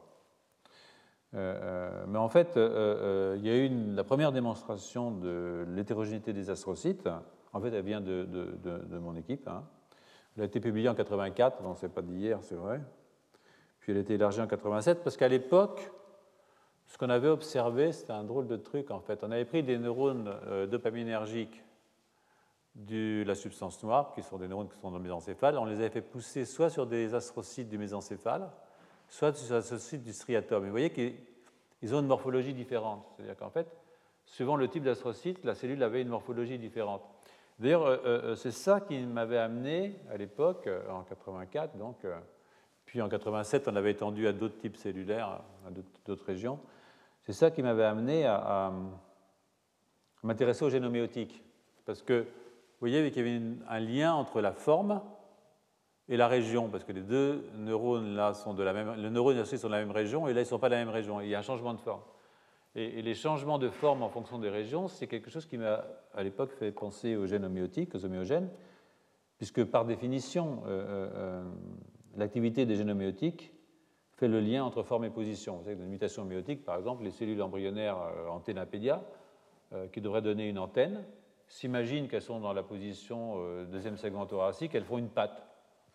Mais en fait, il y a eu la première démonstration de l'hétérogénéité des astrocytes. En fait, elle vient de mon équipe. Elle a été publiée en 1984, donc c'est pas d'hier, c'est vrai. Puis elle a été élargie en 1987, parce qu'à l'époque, ce qu'on avait observé, c'était un drôle de truc, en fait. On avait pris des neurones dopaminergiques de la substance noire, qui sont des neurones qui sont dans le mésencéphale. On les avait fait pousser soit sur des astrocytes du mésencéphale, soit sur des astrocytes du striatum. Et vous voyez qu'ils ont une morphologie différente. C'est-à-dire qu'en fait, suivant le type d'astrocyte, la cellule avait une morphologie différente. D'ailleurs, c'est ça qui m'avait amené à l'époque, en 1984, donc, puis en 1987, on avait étendu à d'autres types cellulaires, à d'autres régions. C'est ça qui m'avait amené à m'intéresser aux génoméotiques. Parce que, vous voyez qu'il y avait un lien entre la forme et la région, parce que les deux neurones là sont de la même, les neurones associés sont de la même région, et là ils ne sont pas de la même région. Il y a un changement de forme. Et les changements de forme en fonction des régions, c'est quelque chose qui m'a à l'époque fait penser aux gènes homéotiques, aux homéogènes, puisque par définition, l'activité des gènes homéotiques fait le lien entre forme et position. Vous savez que dans une mutation homéotique, par exemple, les cellules embryonnaires antennapédia, qui devraient donner une antenne, s'imaginent qu'elles sont dans la position deuxième segment thoracique, elles font une patte.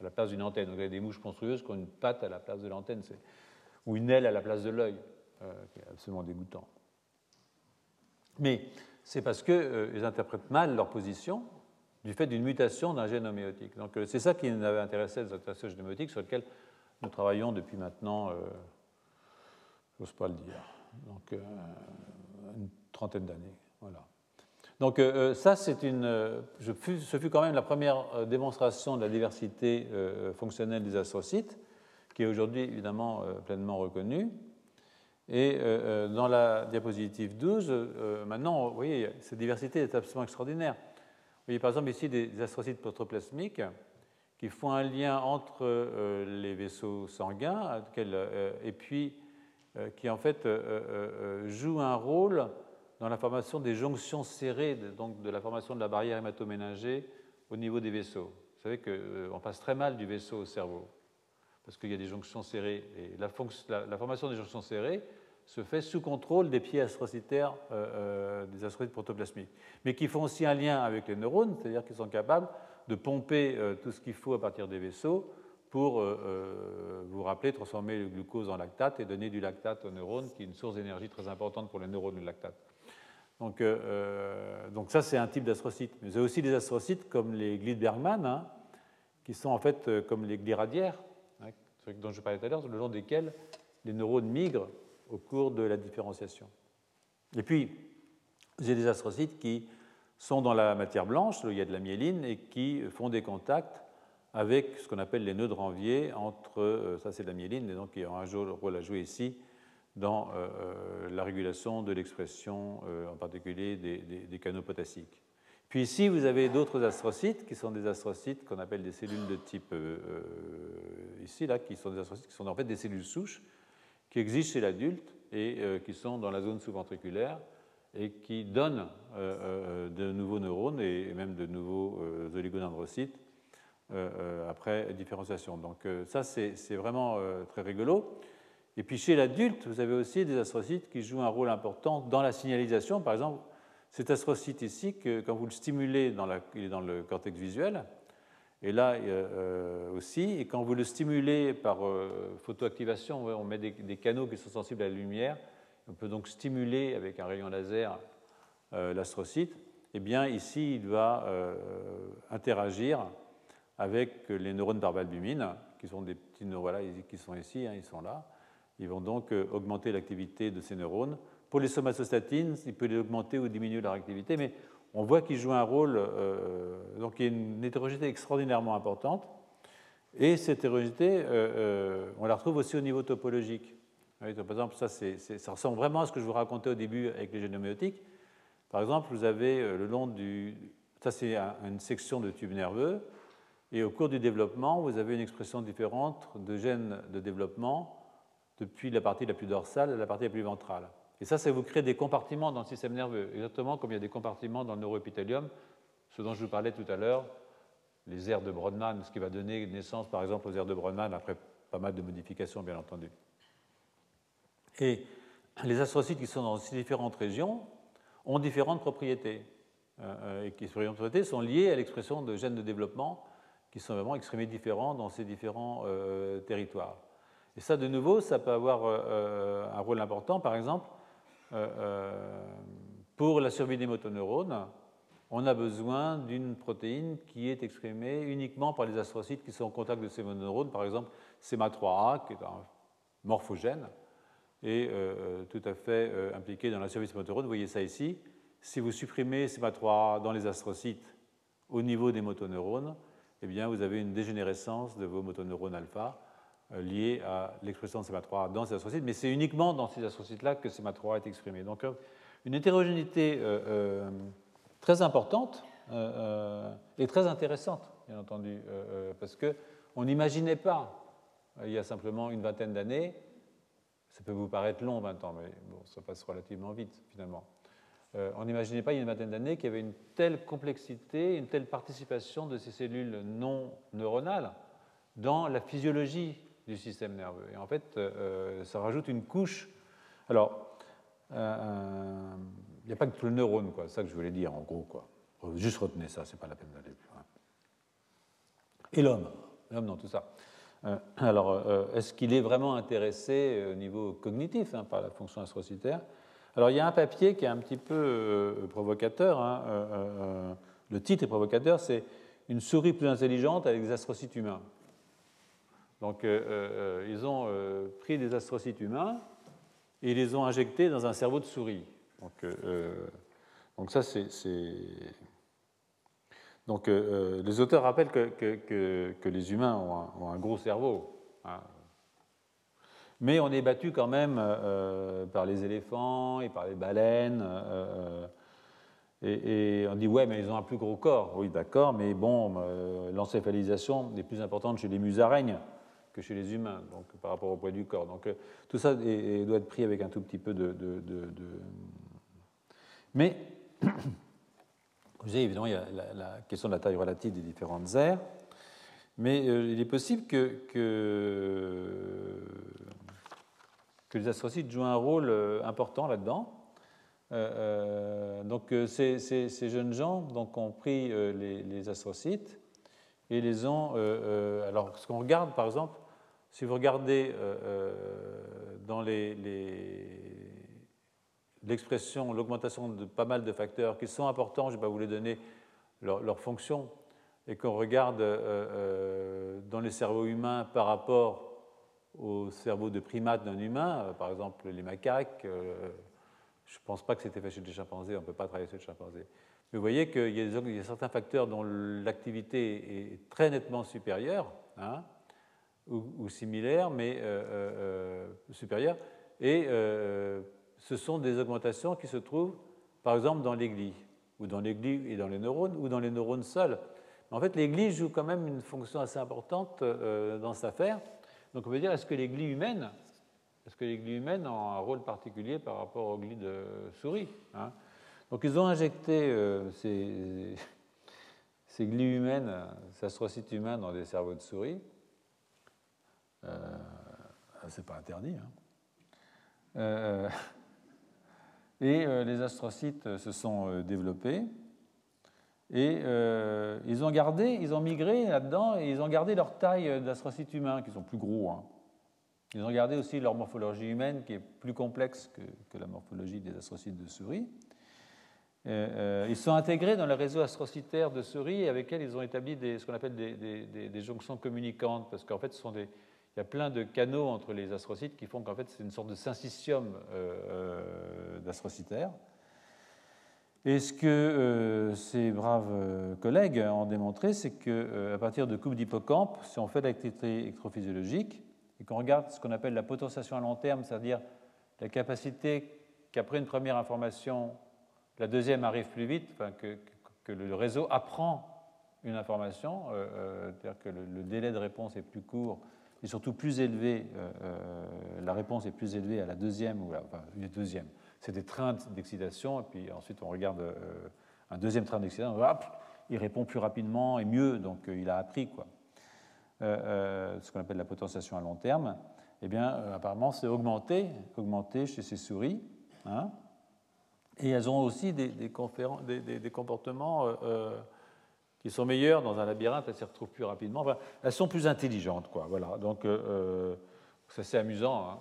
à la place d'une antenne. Donc, vous avez des mouches monstrueuses qui ont une patte à la place de l'antenne, ou une aile à la place de l'œil, qui est absolument dégoûtant. Mais c'est parce qu'ils interprètent mal leur position du fait d'une mutation d'un gène homéotique. Donc, c'est ça qui nous avait intéressé les alterations génoméotiques, sur lesquelles nous travaillons depuis maintenant, j'ose pas le dire, donc une trentaine d'années. Voilà. Donc ça, ce fut quand même la première démonstration de la diversité fonctionnelle des astrocytes, qui est aujourd'hui évidemment pleinement reconnue. Et dans la diapositive 12, maintenant, vous voyez, cette diversité est absolument extraordinaire. Vous voyez par exemple ici des astrocytes protoplasmiques qui font un lien entre les vaisseaux sanguins et puis qui en fait jouent un rôle dans la formation des jonctions serrées, donc de la formation de la barrière hématoméningée au niveau des vaisseaux. Vous savez qu'on passe très mal du vaisseau au cerveau, parce qu'il y a des jonctions serrées. Et la formation des jonctions serrées se fait sous contrôle des pieds astrocytaires, des astrocytes protoplasmiques, mais qui font aussi un lien avec les neurones, c'est-à-dire qu'ils sont capables de pomper tout ce qu'il faut à partir des vaisseaux pour, vous rappeler, transformer le glucose en lactate et donner du lactate aux neurones, qui est une source d'énergie très importante pour les neurones, le lactate. Donc ça, c'est un type d'astrocyte. Mais il y a aussi des astrocytes comme les glies de Bergman, hein, qui sont en fait comme les glies radiaires, hein, dont je parlais tout à l'heure, le long desquels les neurones migrent au cours de la différenciation. Et puis, il y a des astrocytes qui sont dans la matière blanche, là où il y a de la myéline, et qui font des contacts avec ce qu'on appelle les nœuds de Ranvier entre, ça c'est de la myéline, et donc il y a un rôle à jouer ici dans la régulation de l'expression, en particulier des canaux potassiques. Puis ici, vous avez d'autres astrocytes qui sont des astrocytes qu'on appelle des cellules de type ici, là, qui sont des astrocytes qui sont en fait des cellules souches qui existent chez l'adulte et qui sont dans la zone sous-ventriculaire et qui donnent de nouveaux neurones et même de nouveaux oligodendrocytes après différenciation. Donc ça, c'est vraiment très rigolo. Et puis chez l'adulte, vous avez aussi des astrocytes qui jouent un rôle important dans la signalisation. Par exemple, cet astrocyte ici, quand vous le stimulez, il est dans le cortex visuel, et là aussi, et quand vous le stimulez par photoactivation, on met des canaux qui sont sensibles à la lumière, on peut donc stimuler avec un rayon laser l'astrocyte, et bien ici, il va interagir avec les neurones d'arbalbumine, qui sont des petits neurones, voilà, qui sont ici, hein, ils sont là. Ils vont donc augmenter l'activité de ces neurones. Pour les somatostatines, il peut les augmenter ou diminuer leur activité, mais on voit qu'ils jouent un rôle, donc il y a une hétérogénéité extraordinairement importante, et cette hétérogénéité, on la retrouve aussi au niveau topologique. Oui, par exemple, ça ressemble vraiment à ce que je vous racontais au début avec les gènes homéotiques. Par exemple, vous avez le long du... Ça, c'est une section de tube nerveux, et au cours du développement, vous avez une expression différente de gènes de développement depuis la partie la plus dorsale à la partie la plus ventrale. Et ça vous crée des compartiments dans le système nerveux, exactement comme il y a des compartiments dans le neuroépithélium, ce dont je vous parlais tout à l'heure, les aires de Brodmann, ce qui va donner naissance, par exemple, aux aires de Brodmann, après pas mal de modifications, bien entendu. Et les astrocytes qui sont dans ces différentes régions ont différentes propriétés, et qui sont liées à l'expression de gènes de développement qui sont vraiment exprimés différents dans ces différents territoires. Et ça, de nouveau, ça peut avoir un rôle important. Par exemple, pour la survie des motoneurones, on a besoin d'une protéine qui est exprimée uniquement par les astrocytes qui sont en contact de ces motoneurones, par exemple CEMA3A, qui est un morphogène, et tout à fait impliqué dans la survie de ces motoneurones. Vous voyez ça ici. Si vous supprimez CEMA3A dans les astrocytes au niveau des motoneurones, eh bien, vous avez une dégénérescence de vos motoneurones alpha liée à l'expression de CEMA3A dans ces astrocytes, mais c'est uniquement dans ces astrocytes-là que CEMA3A est exprimé. Donc, une hétérogénéité très importante et très intéressante, bien entendu, parce qu'on n'imaginait pas, il y a simplement une vingtaine d'années, ça peut vous paraître long, 20 ans, mais bon, ça passe relativement vite, finalement. On n'imaginait pas il y a une vingtaine d'années qu'il y avait une telle complexité, une telle participation de ces cellules non neuronales dans la physiologie du système nerveux. Et en fait, ça rajoute une couche. Alors, il n'y a pas que le neurone, quoi. C'est ça que je voulais dire, en gros, quoi. Juste retenez ça, c'est pas la peine d'aller plus loin. Et l'homme. l'homme dans tout ça. Alors, est-ce qu'il est vraiment intéressé au niveau cognitif par la fonction astrocytaire? Alors, il y a un papier qui est un petit peu provocateur. Le titre est provocateur, c'est « Une souris plus intelligente avec des astrocytes humains ». Donc, ils ont pris des astrocytes humains et ils les ont injectés dans un cerveau de souris. Donc ça, c'est... Donc, les auteurs rappellent que les humains ont un gros cerveau. Mais on est battu quand même par les éléphants et par les baleines. Et on dit, ouais, mais ils ont un plus gros corps. Oui, d'accord, mais bon, l'encéphalisation est plus importante chez les musaraignes que chez les humains, donc par rapport au poids du corps. Donc, tout ça doit être pris avec un tout petit peu de... Mais... Vous savez, évidemment, il y a la question de la taille relative des différentes aires, mais il est possible que les astrocytes jouent un rôle important là-dedans. Donc, ces jeunes gens donc, ont pris les astrocytes et les ont... alors, ce qu'on regarde, par exemple, si vous regardez dans l'expression, l'augmentation de pas mal de facteurs qui sont importants, je ne vais pas vous les donner, leur fonction, et qu'on regarde dans les cerveaux humains par rapport au cerveau de primates non humains, par exemple les macaques, je ne pense pas que c'était fait chez les chimpanzés, on ne peut pas travailler sur les chimpanzés. Mais vous voyez qu'il y a certains facteurs dont l'activité est très nettement supérieure, ou similaire, mais supérieure, et ce sont des augmentations qui se trouvent, par exemple, dans les glies, ou dans les glies et dans les neurones, ou dans les neurones seuls. Mais en fait, les glies jouent quand même une fonction assez importante dans cette affaire. Donc, on peut dire, est-ce que les glies humaines ont un rôle particulier par rapport aux glies de souris? Donc, ils ont injecté ces glies humaines, ces astrocytes humains dans des cerveaux de souris. C'est pas interdit. Et les astrocytes se sont développés et ils ont migré là-dedans et ils ont gardé leur taille d'astrocytes humains qui sont plus gros. Ils ont gardé aussi leur morphologie humaine qui est plus complexe que la morphologie des astrocytes de souris. Ils sont intégrés dans le réseau astrocytaire de souris avec lequel ils ont établi ce qu'on appelle des jonctions communicantes parce qu'en fait, il y a plein de canaux entre les astrocytes qui font qu'en fait, c'est une sorte de syncytium d'astrocytaire. Et ce que ces braves collègues ont démontré, c'est qu'à partir de coupes d'hippocampe, si on fait l'activité électrophysiologique et qu'on regarde ce qu'on appelle la potentiation à long terme, c'est-à-dire la capacité qu'après une première information, la deuxième arrive plus vite, que le réseau apprend une information, c'est-à-dire que le délai de réponse est plus court et surtout plus élevé, la réponse est plus élevée à la deuxième, une deuxième. C'est des trains d'excitation, et puis ensuite on regarde un deuxième train d'excitation, il répond plus rapidement et mieux, donc il a appris, quoi. Ce qu'on appelle la potentiation à long terme, eh bien, apparemment, c'est augmenté chez ces souris, et elles ont aussi des comportements qui sont meilleurs dans un labyrinthe, elles s'y retrouvent plus rapidement. Enfin, elles sont plus intelligentes, quoi. Voilà. Donc, c'est assez amusant.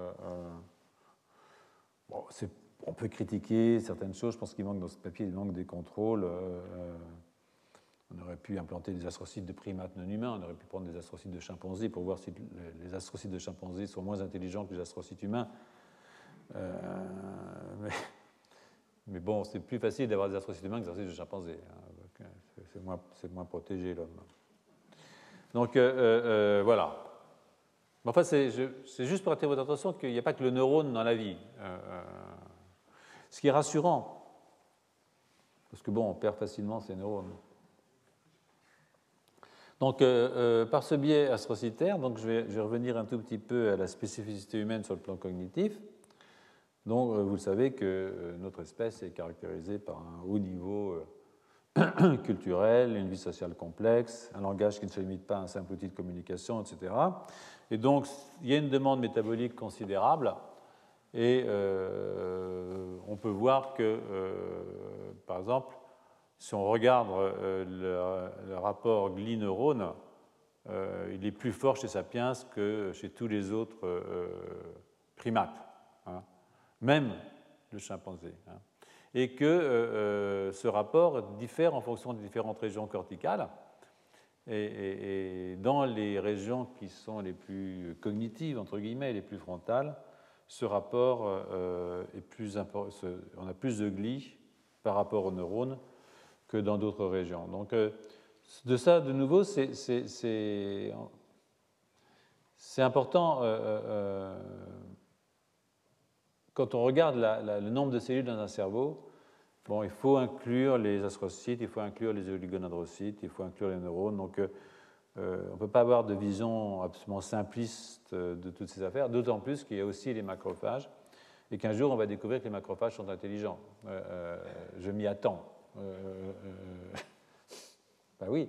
Bon, on peut critiquer certaines choses. Je pense qu'il manque dans ce papier, il manque des contrôles. On aurait pu implanter des astrocytes de primates non humains. On aurait pu prendre des astrocytes de chimpanzés pour voir si les astrocytes de chimpanzés sont moins intelligents que les astrocytes humains. Mais bon, c'est plus facile d'avoir des astrocytes humains que des astrocytes de chimpanzés. C'est moins protégé, l'homme. Donc, voilà. Mais enfin, c'est juste pour attirer votre attention qu'il n'y a pas que le neurone dans la vie. Ce qui est rassurant, parce que bon, on perd facilement ces neurones. Donc, par ce biais astrocytaire, donc je vais revenir un tout petit peu à la spécificité humaine sur le plan cognitif. Donc, vous le savez que notre espèce est caractérisée par un haut niveau culturel, une vie sociale complexe, un langage qui ne se limite pas à un simple outil de communication, etc. Et donc, il y a une demande métabolique considérable et on peut voir que, par exemple, si on regarde le rapport glie-neurone, il est plus fort chez Sapiens que chez tous les autres primates, hein, même le chimpanzé. Hein, et que ce rapport diffère en fonction des différentes régions corticales. Et dans les régions qui sont les plus cognitives, entre guillemets, les plus frontales, ce rapport est plus important, on a plus de glis par rapport aux neurones que dans d'autres régions. Donc, de ça, de nouveau, c'est important quand on regarde le nombre de cellules dans un cerveau. Bon, il faut inclure les astrocytes, il faut inclure les oligodendrocytes, il faut inclure les neurones. Donc, on ne peut pas avoir de vision absolument simpliste de toutes ces affaires, d'autant plus qu'il y a aussi les macrophages, et qu'un jour, on va découvrir que les macrophages sont intelligents. Je m'y attends. Ben oui.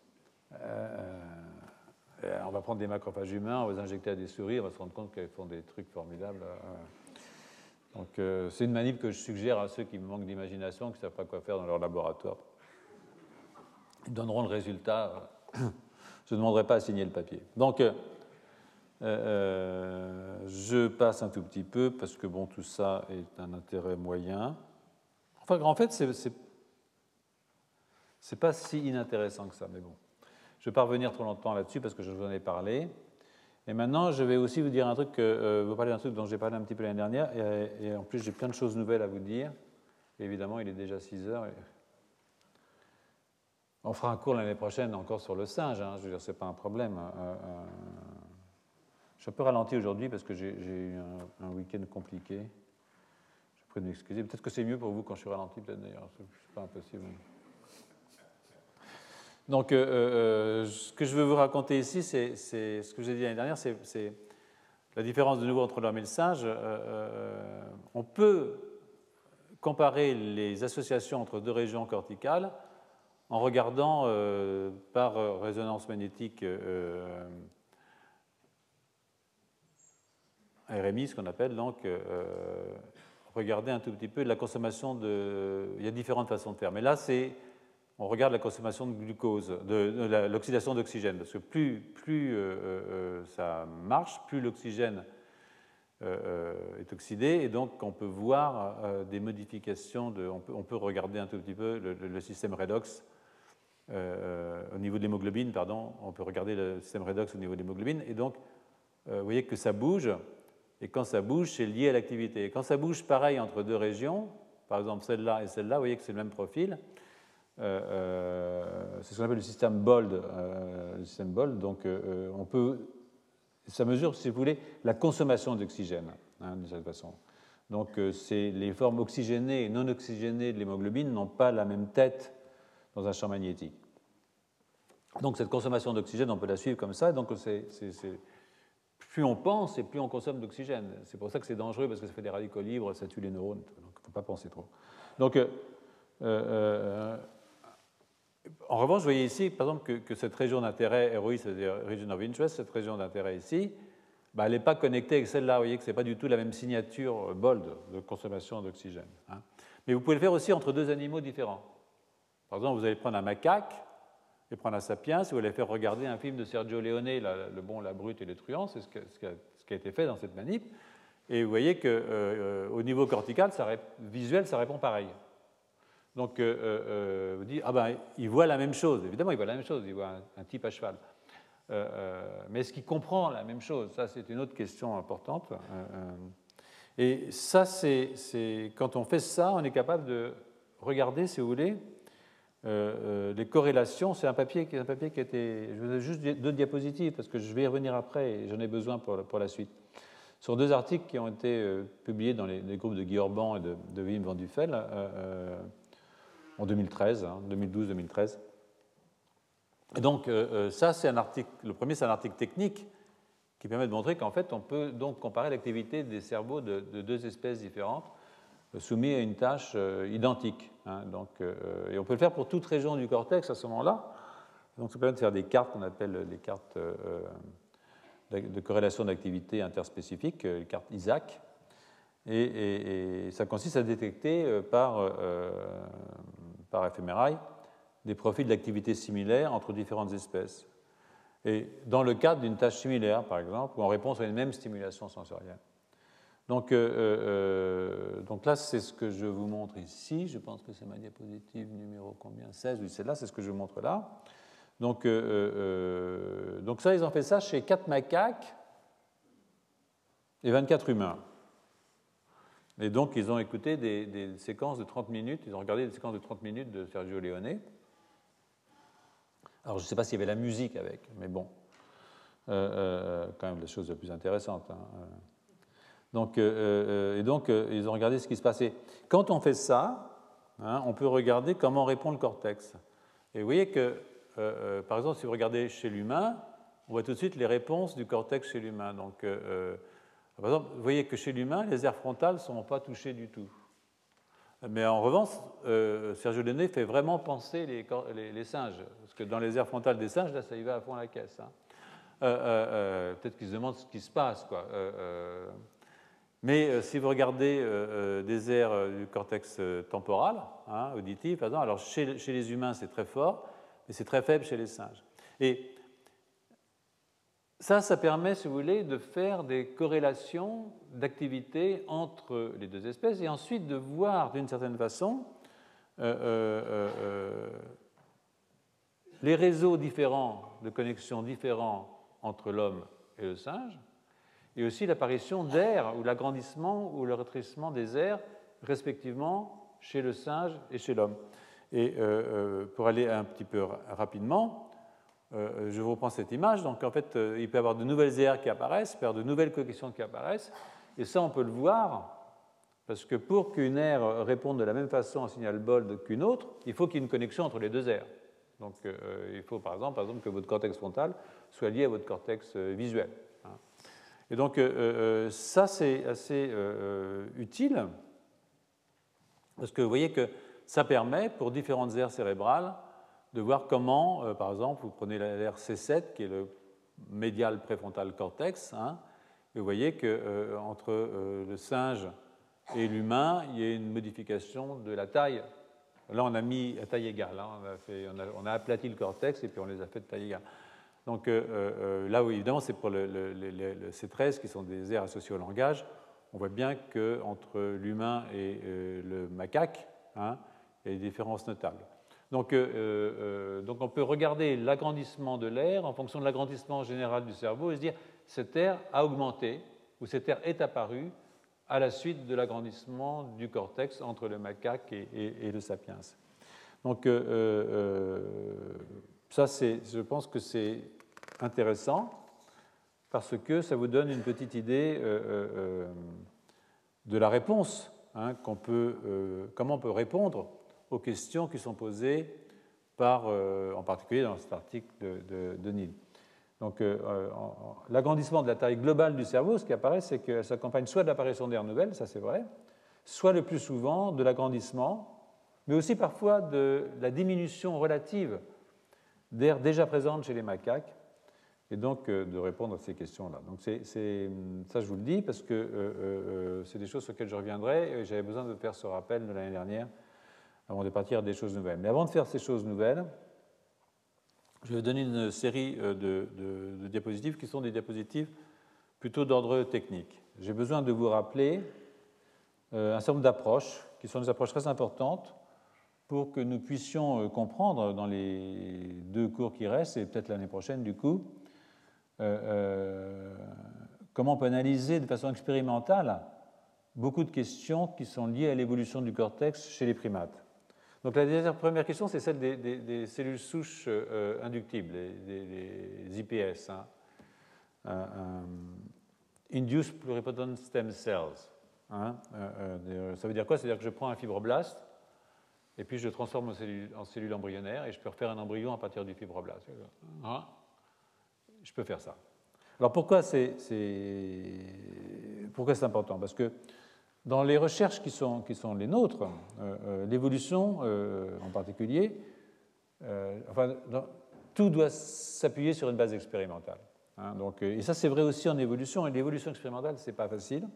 On va prendre des macrophages humains, on va les injecter à des souris, on va se rendre compte qu'elles font des trucs formidables. Donc, c'est une manip que je suggère à ceux qui manquent d'imagination, qui ne savent pas quoi faire dans leur laboratoire. Ils donneront le résultat. Je ne demanderai pas à signer le papier. Donc, je passe un tout petit peu parce que bon, tout ça est un intérêt moyen. Enfin, en fait, c'est pas si inintéressant que ça, mais bon. Je ne vais pas revenir trop longtemps là-dessus parce que je vous en ai parlé. Et maintenant, je vais aussi vous dire un truc, vous parler d'un truc dont j'ai parlé un petit peu l'année dernière, et en plus, j'ai plein de choses nouvelles à vous dire. Et évidemment, il est déjà 6 heures. On fera un cours l'année prochaine encore sur le singe, hein, je veux dire, ce n'est pas un problème. Je suis un peu ralenti aujourd'hui parce que j'ai eu un week-end compliqué. Je prie de m'excuser. Peut-être que c'est mieux pour vous quand je suis ralenti, peut-être d'ailleurs, ce n'est pas impossible. Donc, ce que je veux vous raconter ici, c'est ce que j'ai dit l'année dernière, c'est la différence de nouveau entre l'homme et le singe. On peut comparer les associations entre deux régions corticales en regardant par résonance magnétique RMI, ce qu'on appelle, donc regarder un tout petit peu la consommation de... Il y a différentes façons de faire, mais là, on regarde la consommation de glucose, l'oxydation d'oxygène, parce que plus ça marche, plus l'oxygène est oxydé, et donc on peut voir des modifications, on peut regarder un tout petit peu le système redox au niveau de l'hémoglobine, pardon, on peut regarder le système redox au niveau de l'hémoglobine, et donc vous voyez que ça bouge, et quand ça bouge, c'est lié à l'activité. Et quand ça bouge pareil entre deux régions, par exemple celle-là et celle-là, vous voyez que c'est le même profil, c'est ce qu'on appelle le système BOLD. Donc on peut, ça mesure, si vous voulez, la consommation d'oxygène, hein, de cette façon. Donc les formes oxygénées et non oxygénées de l'hémoglobine n'ont pas la même tête dans un champ magnétique. Donc cette consommation d'oxygène, on peut la suivre comme ça. Donc plus on pense et plus on consomme d'oxygène. C'est pour ça que c'est dangereux, parce que ça fait des radicaux libres, ça tue les neurones. Donc il ne faut pas penser trop. Donc en revanche, vous voyez ici, par exemple, que cette région d'intérêt ROI, c'est-à-dire Region of Interest, cette région d'intérêt ici, elle n'est pas connectée avec celle-là. Vous voyez que ce n'est pas du tout la même signature BOLD de consommation d'oxygène. Hein. Mais vous pouvez le faire aussi entre deux animaux différents. Par exemple, vous allez prendre un macaque et prendre un sapiens, et vous allez faire regarder un film de Sergio Leone, Le Bon, la Brute et le Truand, c'est ce qui a été fait dans cette manip. Et vous voyez qu'au niveau cortical, visuel, ça répond pareil. Donc, vous dites, il voit la même chose. Évidemment, il voit la même chose, il voit un type à cheval. Mais est-ce qu'il comprend la même chose? Ça, c'est une autre question importante. Et ça, quand on fait ça, on est capable de regarder, si vous voulez, les corrélations. C'est un papier qui a été... Je vous ai juste 2 diapositives, parce que je vais y revenir après, et j'en ai besoin pour la suite. Sur 2 articles qui ont été publiés dans les groupes de Guy Orban et de Wim van Duffel, en 2013, 2012-2013. Et donc, ça, c'est un article. Le premier, c'est un article technique qui permet de montrer qu'en fait, on peut donc comparer l'activité des cerveaux de 2 espèces différentes soumis à une tâche identique. Hein, donc, et on peut le faire pour toute région du cortex à ce moment-là. Donc, ça permet de faire des cartes qu'on appelle les cartes de corrélation d'activité interspécifique, les cartes ISAC. Et ça consiste à détecter par fMRI des profils d'activité similaires entre différentes espèces. Et dans le cadre d'une tâche similaire, par exemple, ou en réponse à une même stimulation sensorielle. Donc là, c'est ce que je vous montre ici. Je pense que c'est ma diapositive numéro combien 16, oui, c'est là, c'est ce que je vous montre là. Donc ça, ils ont fait ça chez 4 macaques et 24 humains. Et donc, ils ont écouté des séquences de 30 minutes, ils ont regardé des séquences de 30 minutes de Sergio Leone. Alors, je ne sais pas s'il y avait la musique avec, mais bon, quand même la chose la plus intéressante. Hein. Donc, ils ont regardé ce qui se passait. Quand on fait ça, hein, on peut regarder comment répond le cortex. Et vous voyez que, par exemple, si vous regardez chez l'humain, on voit tout de suite les réponses du cortex chez l'humain. Donc, par exemple, vous voyez que chez l'humain, les aires frontales ne sont pas touchées du tout. Mais en revanche, Sergio Leone fait vraiment penser les singes. Parce que dans les aires frontales des singes, là, ça y va à fond la caisse. Hein. Peut-être qu'ils se demandent ce qui se passe, quoi. Mais si vous regardez des aires du cortex temporal, hein, auditif, par exemple, alors chez les humains, c'est très fort, mais c'est très faible chez les singes. Et ça permet, si vous voulez, de faire des corrélations d'activité entre les deux espèces et ensuite de voir, d'une certaine façon, les réseaux différents, de connexions différents entre l'homme et le singe, et aussi l'apparition d'aires ou l'agrandissement ou le rétrécissement des aires, respectivement, chez le singe et chez l'homme. Et pour aller un petit peu rapidement, je vous reprends cette image. Donc, en fait, il peut y avoir de nouvelles aires qui apparaissent, il peut y avoir de nouvelles connexions qui apparaissent. Et ça, on peut le voir, parce que pour qu'une aire réponde de la même façon en signal BOLD qu'une autre, il faut qu'il y ait une connexion entre les deux aires. Donc, il faut, par exemple, que votre cortex frontal soit lié à votre cortex visuel. Hein. Et donc, ça, c'est assez utile, parce que vous voyez que ça permet, pour différentes aires cérébrales, de voir comment, par exemple, vous prenez l'aire C7, qui est le médial préfrontal cortex, hein, et vous voyez qu'entre le singe et l'humain, il y a une modification de la taille. Là, on a mis à taille égale, hein, on a aplati le cortex et puis on les a fait de taille égale. Donc là, oui, évidemment, c'est pour le C13, qui sont des aires associées au langage. On voit bien qu'entre l'humain et le macaque, hein, il y a des différences notables. Donc on peut regarder l'agrandissement de l'aire en fonction de l'agrandissement général du cerveau et se dire cette aire a augmenté ou cette aire est apparue à la suite de l'agrandissement du cortex entre le macaque et le sapiens. Donc ça, je pense que c'est intéressant parce que ça vous donne une petite idée de la réponse, hein, comment on peut répondre aux questions qui sont posées en particulier dans cet article de Neal. Donc, l'agrandissement de la taille globale du cerveau, ce qui apparaît, c'est qu'elle s'accompagne soit de l'apparition d'aires nouvelles, ça c'est vrai, soit le plus souvent de l'agrandissement, mais aussi parfois de la diminution relative d'aires déjà présentes chez les macaques, et donc de répondre à ces questions-là. Donc, ça, je vous le dis, parce que c'est des choses sur lesquelles je reviendrai, et j'avais besoin de faire ce rappel de l'année dernière, avant de partir à des choses nouvelles. Mais avant de faire ces choses nouvelles, je vais vous donner une série de diapositives qui sont des diapositives plutôt d'ordre technique. J'ai besoin de vous rappeler un certain nombre d'approches, qui sont des approches très importantes, pour que nous puissions comprendre dans les 2 cours qui restent, et peut-être l'année prochaine du coup, comment on peut analyser de façon expérimentale beaucoup de questions qui sont liées à l'évolution du cortex chez les primates. Donc la première question, c'est celle des cellules souches inductibles, les IPS, hein, Induced Pluripotent Stem Cells. Hein, ça veut dire quoi? C'est-à-dire que je prends un fibroblaste et puis je le transforme en cellule embryonnaire et je peux refaire un embryon à partir du fibroblaste. Hein, je peux faire ça. Alors pourquoi c'est important? Parce que dans les recherches qui sont les nôtres, l'évolution en particulier, tout doit s'appuyer sur une base expérimentale. Hein, et ça, c'est vrai aussi en évolution. Et l'évolution expérimentale, ce n'est pas facile.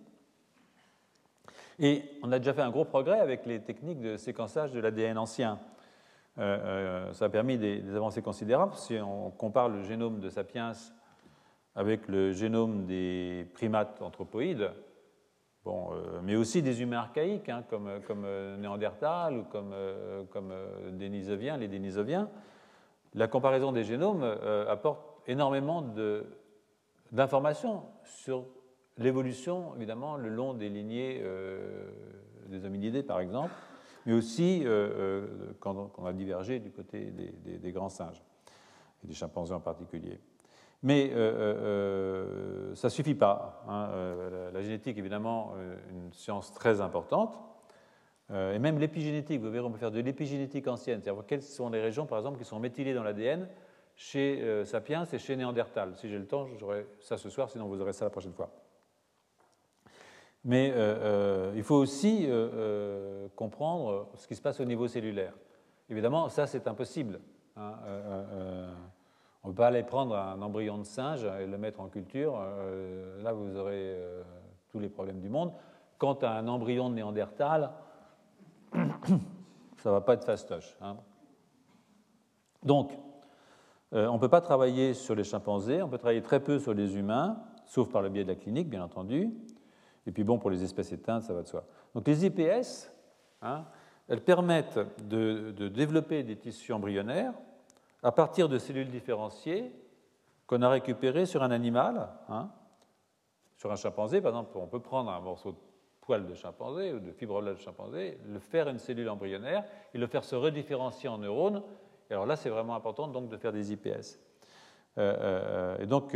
Et on a déjà fait un gros progrès avec les techniques de séquençage de l'ADN ancien. Ça a permis des avancées considérables. Si on compare le génome de Sapiens avec le génome des primates anthropoïdes, bon, mais aussi des humains archaïques, hein, comme Néandertal ou comme Denisoviens, les Denisoviens, la comparaison des génomes apporte énormément d'informations sur l'évolution, évidemment, le long des lignées des hominidés, par exemple, mais aussi quand on a divergé du côté des grands singes, et des chimpanzés en particulier. Mais ça ne suffit pas. Hein. La génétique, évidemment, une science très importante. Et même l'épigénétique, vous verrez, on peut faire de l'épigénétique ancienne, c'est-à-dire quelles sont les régions, par exemple, qui sont méthylées dans l'ADN chez Sapiens et chez Néandertal. Si j'ai le temps, j'aurai ça ce soir, sinon vous aurez ça la prochaine fois. Mais il faut aussi comprendre ce qui se passe au niveau cellulaire. Évidemment, ça, c'est impossible. Hein. On ne peut pas aller prendre un embryon de singe et le mettre en culture. Là, vous aurez tous les problèmes du monde. Quant à un embryon de Néandertal, ça ne va pas être fastoche. Hein. Donc, on ne peut pas travailler sur les chimpanzés, on peut travailler très peu sur les humains, sauf par le biais de la clinique, bien entendu. Et puis bon, pour les espèces éteintes, ça va de soi. Donc les IPS, hein, elles permettent de développer des tissus embryonnaires à partir de cellules différenciées qu'on a récupérées sur un animal, hein, sur un chimpanzé. Par exemple, on peut prendre un morceau de poil de chimpanzé ou de fibroblaste de chimpanzé, le faire une cellule embryonnaire et le faire se redifférencier en neurones. Et alors là, c'est vraiment important donc, de faire des IPS. Et donc,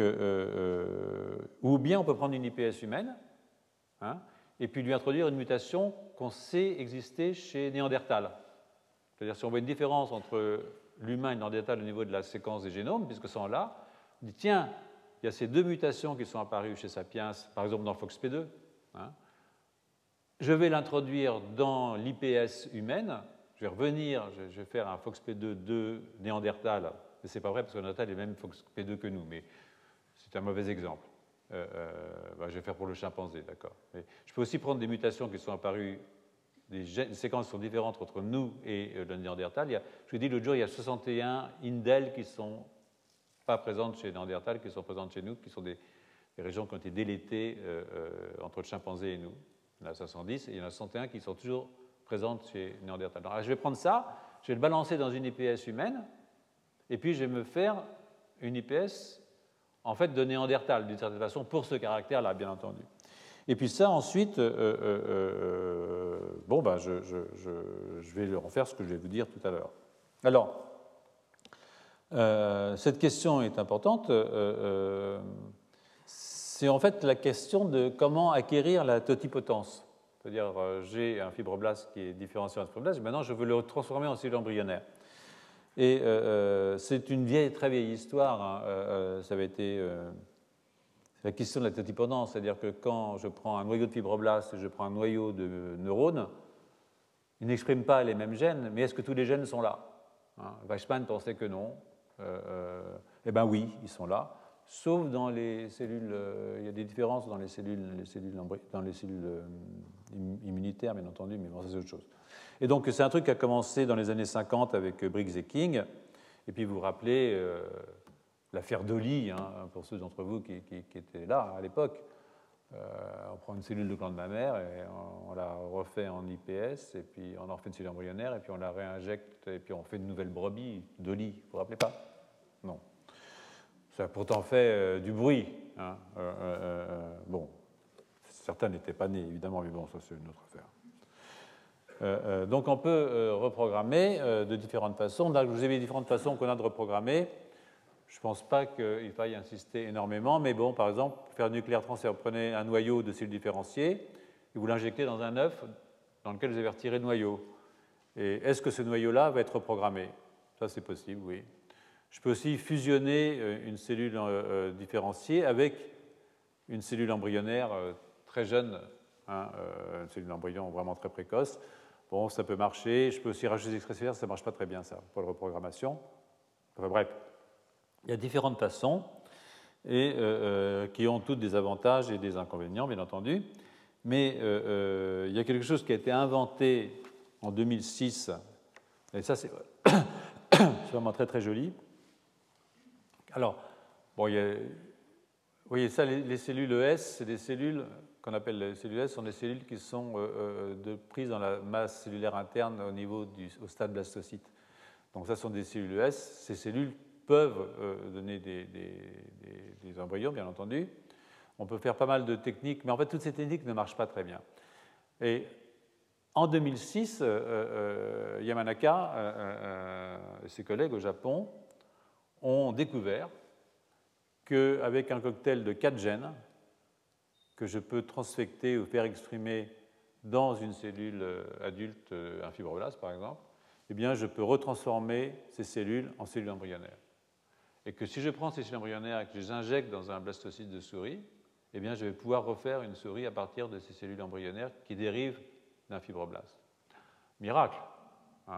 ou bien on peut prendre une IPS humaine, hein, et puis lui introduire une mutation qu'on sait exister chez Néandertal. C'est-à-dire si on voit une différence entre l'humain et le Néandertal au niveau de la séquence des génomes, puisque c'est là, on dit tiens, il y a ces deux mutations qui sont apparues chez Sapiens, par exemple dans FOXP2, hein, je vais l'introduire dans l'IPS humaine, je vais revenir, je vais faire un FOXP2 de Néandertal, mais ce n'est pas vrai parce que Néandertal est le même FOXP2 que nous, mais c'est un mauvais exemple. Je vais faire pour le chimpanzé, d'accord. Mais je peux aussi prendre des mutations qui sont apparues, des séquences qui sont différentes entre nous et le Néandertal. Je vous ai dit l'autre jour, il y a 61 indels qui ne sont pas présentes chez Néandertal, qui sont présentes chez nous, qui sont des régions qui ont été délétées entre le chimpanzé et nous. Il y en a 70, et il y en a 61 qui sont toujours présentes chez Néandertal. Alors, je vais prendre ça, je vais le balancer dans une IPS humaine, et puis je vais me faire une IPS en fait de Néandertal, d'une certaine façon, pour ce caractère-là, bien entendu. Et puis ça, ensuite, je vais en faire ce que je vais vous dire tout à l'heure. Alors, cette question est importante. C'est en fait la question de comment acquérir la totipotence. C'est-à-dire, j'ai un fibroblaste qui est différencié en fibroblaste, et maintenant je veux le transformer en cellule embryonnaire. Et c'est une très vieille histoire. Hein. Ça avait été la question de la totipotence, c'est-à-dire que quand je prends un noyau de fibroblaste et je prends un noyau de neurones, ils n'expriment pas les mêmes gènes, mais est-ce que tous les gènes sont là, hein? Weissman pensait que non. Eh bien oui, ils sont là. Sauf dans les cellules, il y a des différences dans les cellules immunitaires, bien entendu, mais bon, ça c'est autre chose. Et donc c'est un truc qui a commencé dans les années 50 avec Briggs et King, et puis vous vous rappelez l'affaire Dolly, hein, pour ceux d'entre vous qui étaient là à l'époque. On prend une cellule de glande mammaire et on la refait en IPS, et puis on en refait une cellule embryonnaire, et puis on la réinjecte, et puis on fait une nouvelle brebis, Dolly, vous vous rappelez pas? Non. Ça a pourtant fait du bruit. Hein. Bon, certains n'étaient pas nés, évidemment, mais bon, ça c'est une autre affaire. Donc on peut reprogrammer de différentes façons. Là, je vous ai mis différentes façons qu'on a de reprogrammer. Je ne pense pas qu'il faille insister énormément, mais bon, par exemple, pour faire un nucléaire transfert, vous prenez un noyau de cellules différenciées et vous l'injectez dans un œuf dans lequel vous avez retiré le noyau. Et est-ce que ce noyau-là va être reprogrammé? Ça, c'est possible, oui. Je peux aussi fusionner une cellule différenciée avec une cellule embryonnaire très jeune, hein, une cellule embryon vraiment très précoce. Bon, ça peut marcher. Je peux aussi rajouter des extracellules, ça ne marche pas très bien, ça, pour la reprogrammation. Enfin, bref, il y a différentes façons et qui ont toutes des avantages et des inconvénients, bien entendu. Mais il y a quelque chose qui a été inventé en 2006, et ça, c'est C'est vraiment très très joli. Alors, bon, vous voyez ça, les cellules ES, c'est des cellules qu'on appelle les cellules ES, sont des cellules qui sont prises dans la masse cellulaire interne au stade blastocyte. Donc ça sont des cellules ES. Ces cellules peuvent donner des embryons, bien entendu. On peut faire pas mal de techniques, mais en fait, toutes ces techniques ne marchent pas très bien. Et en 2006, Yamanaka et ses collègues au Japon ont découvert qu'avec un cocktail de 4 gènes que je peux transfecter ou faire exprimer dans une cellule adulte, un fibroblast par exemple, eh bien, je peux retransformer ces cellules en cellules embryonnaires. Et que si je prends ces cellules embryonnaires et que je les injecte dans un blastocyte de souris, eh bien, je vais pouvoir refaire une souris à partir de ces cellules embryonnaires qui dérivent d'un fibroblast. Miracle. Hein.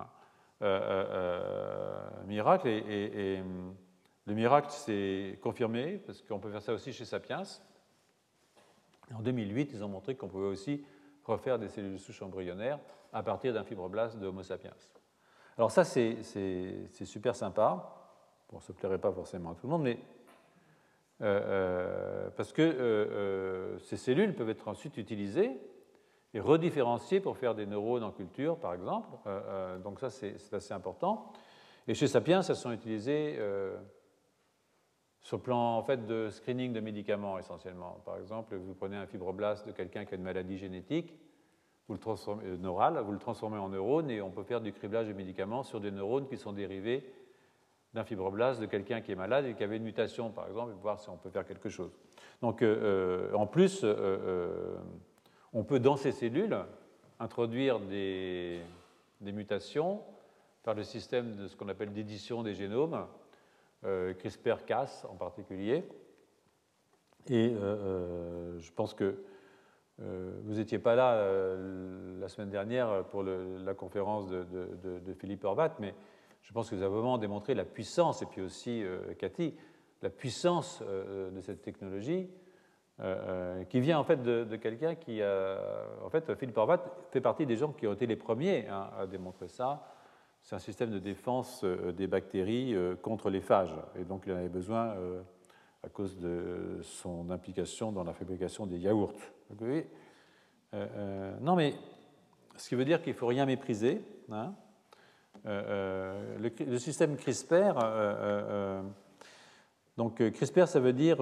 Miracle, et le miracle s'est confirmé, parce qu'on peut faire ça aussi chez Sapiens. En 2008, ils ont montré qu'on pouvait aussi refaire des cellules souches embryonnaires à partir d'un fibroblast de Homo sapiens. Alors ça, c'est super sympa. Bon, ça ne plairait pas forcément à tout le monde, mais parce que ces cellules peuvent être ensuite utilisées et redifférenciées pour faire des neurones en culture, par exemple. Donc ça, c'est assez important. Et chez Sapiens, elles sont utilisées sur le plan en fait, de screening de médicaments, essentiellement. Par exemple, vous prenez un fibroblast de quelqu'un qui a une maladie génétique, vous le transformez, neurale, vous le transformez en neurone, et on peut faire du criblage de médicaments sur des neurones qui sont dérivés d'un fibroblast de quelqu'un qui est malade et qui avait une mutation, par exemple, et voir si on peut faire quelque chose. Donc, en plus, on peut, dans ces cellules, introduire des mutations par le système de ce qu'on appelle d'édition des génomes, CRISPR-Cas en particulier. Et je pense que vous n'étiez pas là la semaine dernière pour la conférence de Philippe Horvath, mais je pense que vous avez vraiment démontré la puissance, et puis aussi Cathy, la puissance de cette technologie qui vient en fait de quelqu'un qui a... En fait, Philippe Horvath fait partie des gens qui ont été les premiers à démontrer ça. C'est un système de défense des bactéries contre les phages, et donc il en avait besoin à cause de son implication dans la fabrication des yaourts. Donc, oui, non, mais ce qui veut dire qu'il ne faut rien mépriser. Hein. Le système CRISPR, donc CRISPR, ça veut dire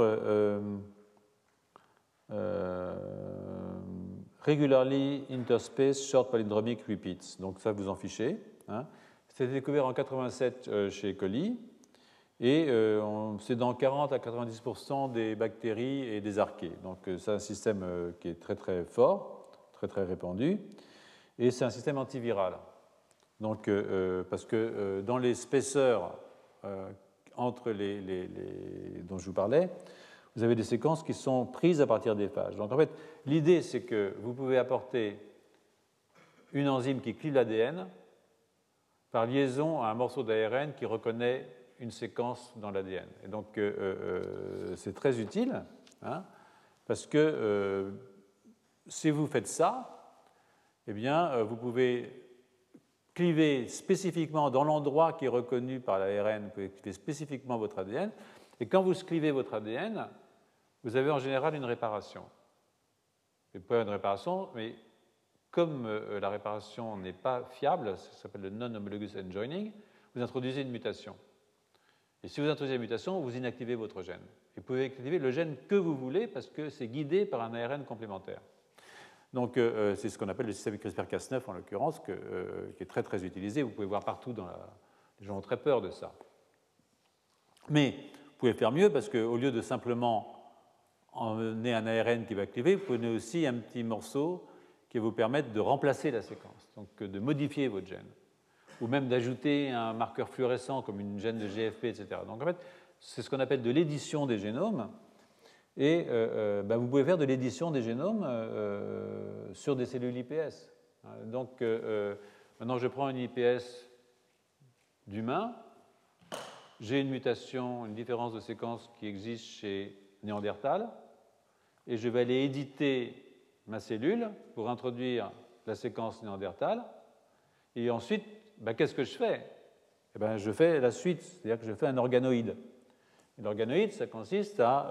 Regularly Interspace Short Palindromic Repeats. Donc ça, vous en fichez. Hein. C'était découvert en 1987 chez E. coli. Et c'est dans 40 à 90% des bactéries et des archées. Donc c'est un système qui est très très fort, très très répandu, et c'est un système antiviral. Donc, parce que dans les spaceurs entre dont je vous parlais, vous avez des séquences qui sont prises à partir des phages. Donc en fait, l'idée c'est que vous pouvez apporter une enzyme qui clive l'ADN par liaison à un morceau d'ARN qui reconnaît une séquence dans l'ADN. Et donc, c'est très utile, hein, parce que si vous faites ça, eh bien, vous pouvez cliver spécifiquement dans l'endroit qui est reconnu par l'ARN, vous pouvez cliver spécifiquement votre ADN, et quand vous clivez votre ADN, vous avez en général une réparation. Et pas une réparation, mais comme la réparation n'est pas fiable, ça s'appelle le non-homologous enjoining, vous introduisez une mutation. Et si vous introduisez une mutation, vous inactivez votre gène. Et vous pouvez activer le gène que vous voulez parce que c'est guidé par un ARN complémentaire. Donc, c'est ce qu'on appelle le système CRISPR-Cas9 en l'occurrence, qui est très très utilisé. Vous pouvez voir partout les gens ont très peur de ça. Mais vous pouvez faire mieux parce qu'au lieu de simplement emmener un ARN qui va activer, vous prenez aussi un petit morceau qui va vous permettre de remplacer la séquence, donc de modifier votre gène, ou même d'ajouter un marqueur fluorescent comme une gène de GFP, etc. Donc en fait, c'est ce qu'on appelle de l'édition des génomes, et vous pouvez faire de l'édition des génomes sur des cellules IPS. Donc maintenant, je prends une IPS d'humain, j'ai une mutation, une différence de séquence qui existe chez Néandertal, et je vais aller éditer ma cellule pour introduire la séquence Néandertal, et ensuite, qu'est-ce que je fais? eh ben, je fais la suite, c'est-à-dire que je fais un organoïde. Et l'organoïde, ça consiste à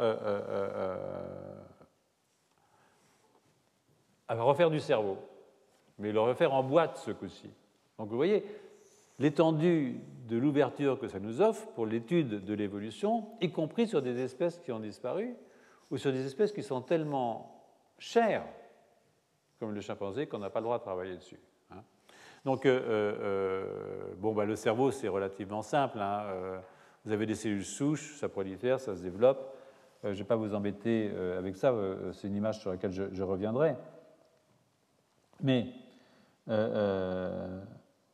refaire du cerveau, mais le refaire en boîte ce coup-ci. Donc vous voyez l'étendue de l'ouverture que ça nous offre pour l'étude de l'évolution, y compris sur des espèces qui ont disparu ou sur des espèces qui sont tellement chères, comme le chimpanzé, qu'on n'a pas le droit de travailler dessus. Donc, le cerveau, c'est relativement simple. Vous avez des cellules souches, ça prolifère, ça se développe. Je ne vais pas vous embêter avec ça, c'est une image sur laquelle je reviendrai. Mais il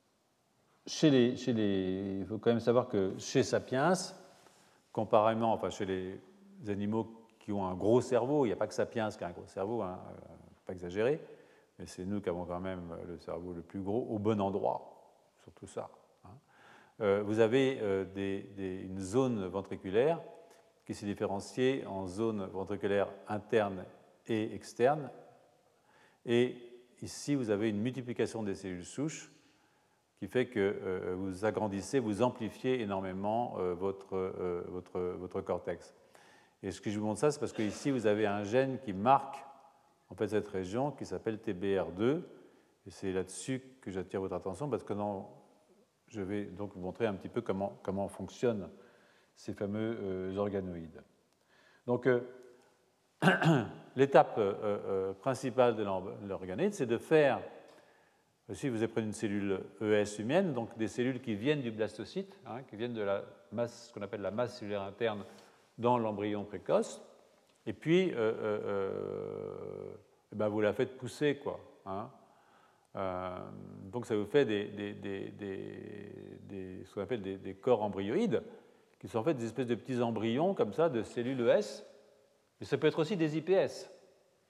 faut quand même savoir que chez Sapiens, comparément, chez les animaux qui ont un gros cerveau, il n'y a pas que Sapiens qui a un gros cerveau, hein, pas exagérer, mais c'est nous qui avons quand même le cerveau le plus gros au bon endroit, surtout ça. Vous avez une zone ventriculaire qui s'est différenciée en zone ventriculaire interne et externe. Et ici, vous avez une multiplication des cellules souches qui fait que vous agrandissez, vous amplifiez énormément votre cortex. Et ce que je vous montre ça, c'est parce que ici, vous avez un gène qui marque en fait cette région qui s'appelle TBR2. Et c'est là-dessus que j'attire votre attention parce que je vais donc vous montrer un petit peu comment fonctionnent ces fameux organoïdes. Donc, l'étape principale de l'organoïde, c'est de faire, ici vous prenez une cellule ES humaine, donc des cellules qui viennent du blastocyte, qui viennent de la masse, ce qu'on appelle la masse cellulaire interne dans l'embryon précoce, et puis vous la faites pousser, quoi. Donc ça vous fait ce qu'on appelle des corps embryoïdes, qui sont en fait des espèces de petits embryons comme ça de cellules ES, mais ça peut être aussi des IPS. D'accord ?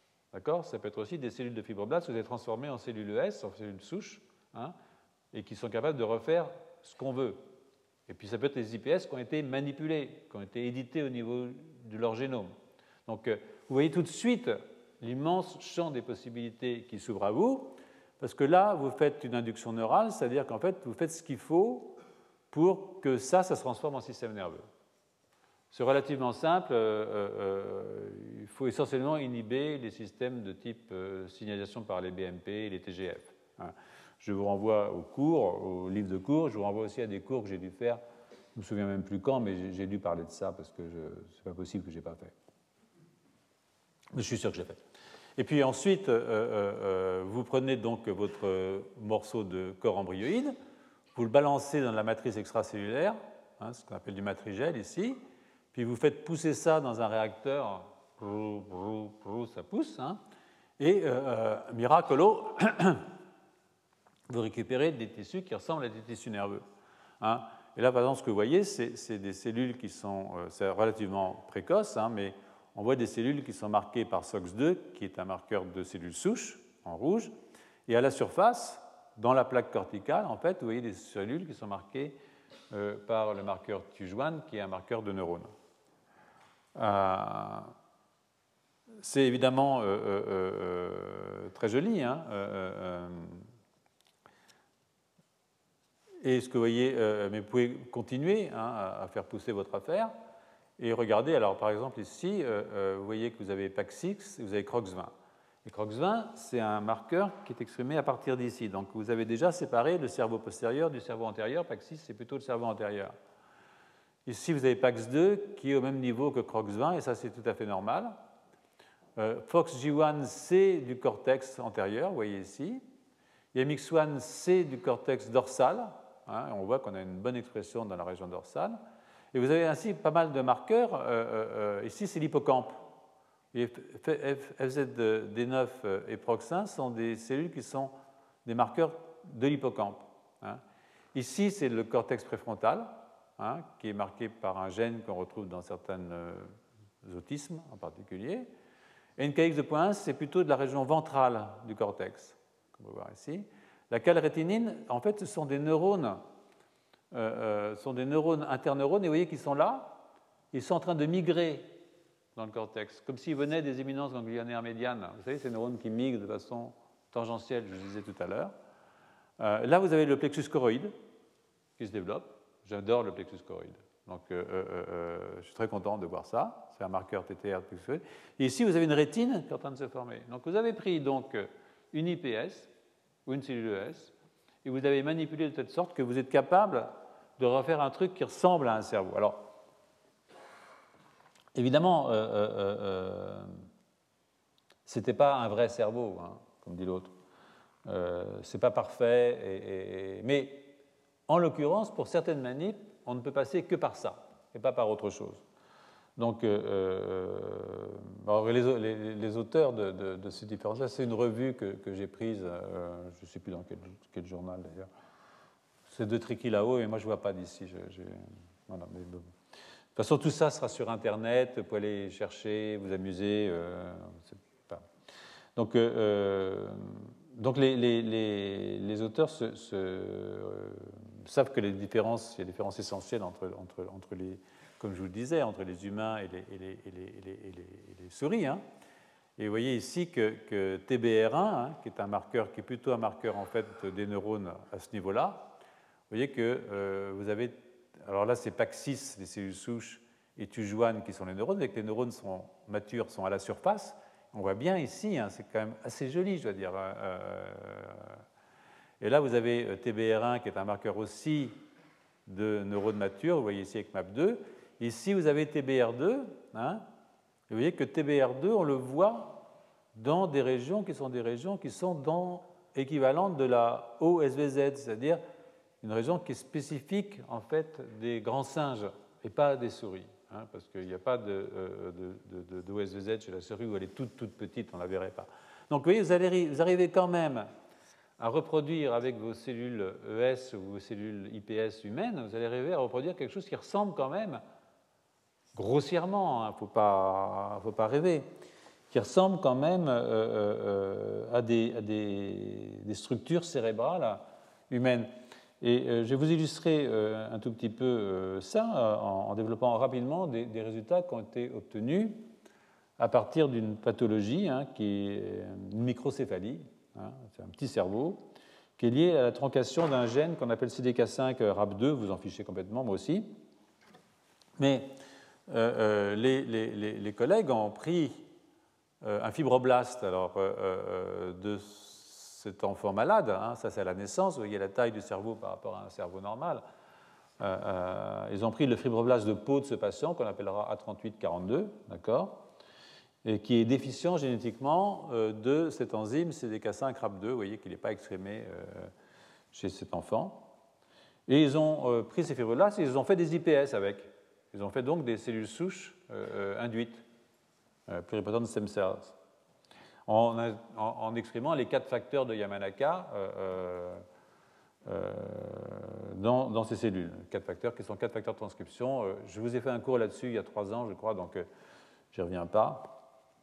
Ça peut être aussi des cellules de fibroblastes que vous avez transformées en cellules ES, en cellules souches, et qui sont capables de refaire ce qu'on veut. Et puis ça peut être des IPS qui ont été manipulés, qui ont été édités au niveau de leur génome. Donc vous voyez tout de suite l'immense champ des possibilités qui s'ouvre à vous, parce que là, vous faites une induction neurale, c'est-à-dire qu'en fait, vous faites ce qu'il faut pour que ça se transforme en système nerveux. C'est relativement simple. Il faut essentiellement inhiber les systèmes de type signalisation par les BMP et les TGF. Je vous renvoie au cours, au livre de cours. Je vous renvoie aussi à des cours que j'ai dû faire. Je ne me souviens même plus quand, mais j'ai dû parler de ça parce que ce n'est pas possible que je n'ai pas fait. Mais je suis sûr que j'ai fait. Et puis ensuite, vous prenez donc votre morceau de corps embryoïde, vous le balancez dans la matrice extracellulaire, ce qu'on appelle du matrigel ici, puis vous faites pousser ça dans un réacteur, ça pousse, et miracolo, vous récupérez des tissus qui ressemblent à des tissus nerveux. Et là, par exemple, ce que vous voyez, c'est des cellules qui sont relativement précoces, mais on voit des cellules qui sont marquées par SOX2, qui est un marqueur de cellules souches, en rouge, et à la surface, dans la plaque corticale, en fait, vous voyez des cellules qui sont marquées par le marqueur TUJ1, qui est un marqueur de neurones. C'est évidemment très joli, et ce que vous voyez, mais vous pouvez continuer à faire pousser votre affaire. Et regardez, alors par exemple ici, vous voyez que vous avez PAX6 et vous avez CROX20. Et CROX20, c'est un marqueur qui est exprimé à partir d'ici. Donc vous avez déjà séparé le cerveau postérieur du cerveau antérieur. PAX6, c'est plutôt le cerveau antérieur. Ici, vous avez PAX2 qui est au même niveau que CROX20, et ça, c'est tout à fait normal. FOXG1, c'est du cortex antérieur, vous voyez ici. Il y a MIX1, c'est du cortex dorsal. On voit qu'on a une bonne expression dans la région dorsale. Et vous avez ainsi pas mal de marqueurs. Ici, c'est l'hippocampe. Et FZD9 et PROX1 sont des cellules qui sont des marqueurs de l'hippocampe. Ici, c'est le cortex préfrontal, qui est marqué par un gène qu'on retrouve dans certains autismes en particulier. Et NKX de point 1, c'est plutôt de la région ventrale du cortex, comme on peut voir ici. La calrétinine, en fait, ce sont des neurones interneurones, et vous voyez qu'ils sont là, ils sont en train de migrer dans le cortex, comme s'ils venaient des éminences ganglionnaires médianes. Vous savez, ces neurones qui migrent de façon tangentielle, je le disais tout à l'heure. Là, vous avez le plexus choroïde qui se développe. J'adore le plexus choroïde. Donc, je suis très content de voir ça. C'est un marqueur TTR de plexus choroïde. Et ici, vous avez une rétine qui est en train de se former. Donc, vous avez pris donc, une IPS ou une cellule ES et vous avez manipulé de telle sorte que vous êtes capable de refaire un truc qui ressemble à un cerveau. Alors, évidemment, ce n'était pas un vrai cerveau, hein, comme dit l'autre. Ce n'est pas parfait, mais en l'occurrence, pour certaines manips, on ne peut passer que par ça, et pas par autre chose. Donc, alors les auteurs de ces différences-là, c'est une revue que j'ai prise, je ne sais plus dans quel journal d'ailleurs. C'est de Tricky là-haut, et moi je ne vois pas d'ici. Voilà, mais bon. De toute façon, tout ça sera sur Internet, vous pouvez aller chercher, vous amuser. Donc les auteurs savent que il y a des différences essentielles entre les, comme je vous le disais, entre les humains et les souris. Hein. Et vous voyez ici que TBR1, hein, qui est un marqueur, qui est plutôt un marqueur en fait des neurones à ce niveau-là, vous voyez que vous avez, alors là c'est PAX6, les cellules souches, et TUJ1 qui sont les neurones, avec les neurones sont matures, sont à la surface. On voit bien ici, hein, c'est quand même assez joli, je dois dire. Et là, vous avez TBR1 qui est un marqueur aussi de neurones matures, vous voyez ici avec MAP2. Ici, vous avez TBR2. Hein, vous voyez que TBR2, on le voit dans des régions qui sont dans équivalentes de la OSVZ, c'est-à-dire une région qui est spécifique en fait des grands singes et pas des souris. Hein, parce qu'il n'y a pas d'OSVZ chez la souris où elle est toute petite, on ne la verrait pas. Donc vous voyez, vous arrivez quand même à reproduire avec vos cellules ES ou vos cellules IPS humaines, vous allez arriver à reproduire quelque chose qui ressemble quand même, grossièrement, il ne faut pas rêver, qui ressemble quand même à des structures cérébrales humaines. Et je vais vous illustrer un tout petit peu ça en développant rapidement des résultats qui ont été obtenus à partir d'une pathologie hein, qui est une microcéphalie, hein, c'est un petit cerveau, qui est lié à la troncation d'un gène qu'on appelle CDK5-RAP2, vous en fichez complètement, moi aussi. Mais les collègues ont pris un fibroblaste alors, de cet enfant malade, hein, ça c'est à la naissance, vous voyez la taille du cerveau par rapport à un cerveau normal. Ils ont pris le fibroblaste de peau de ce patient qu'on appellera A3842, d'accord, et qui est déficient génétiquement de cette enzyme CDK5-RAP2, vous voyez qu'il n'est pas exprimé chez cet enfant. Et ils ont pris ces fibroblastes et ils ont fait des IPS avec. Ils ont fait donc des cellules souches induites, pluripotent stem cells, en exprimant les 4 facteurs de Yamanaka dans ces cellules. 4 facteurs qui sont 4 facteurs de transcription. Je vous ai fait un cours là-dessus il y a 3 ans, je crois, donc je n'y reviens pas.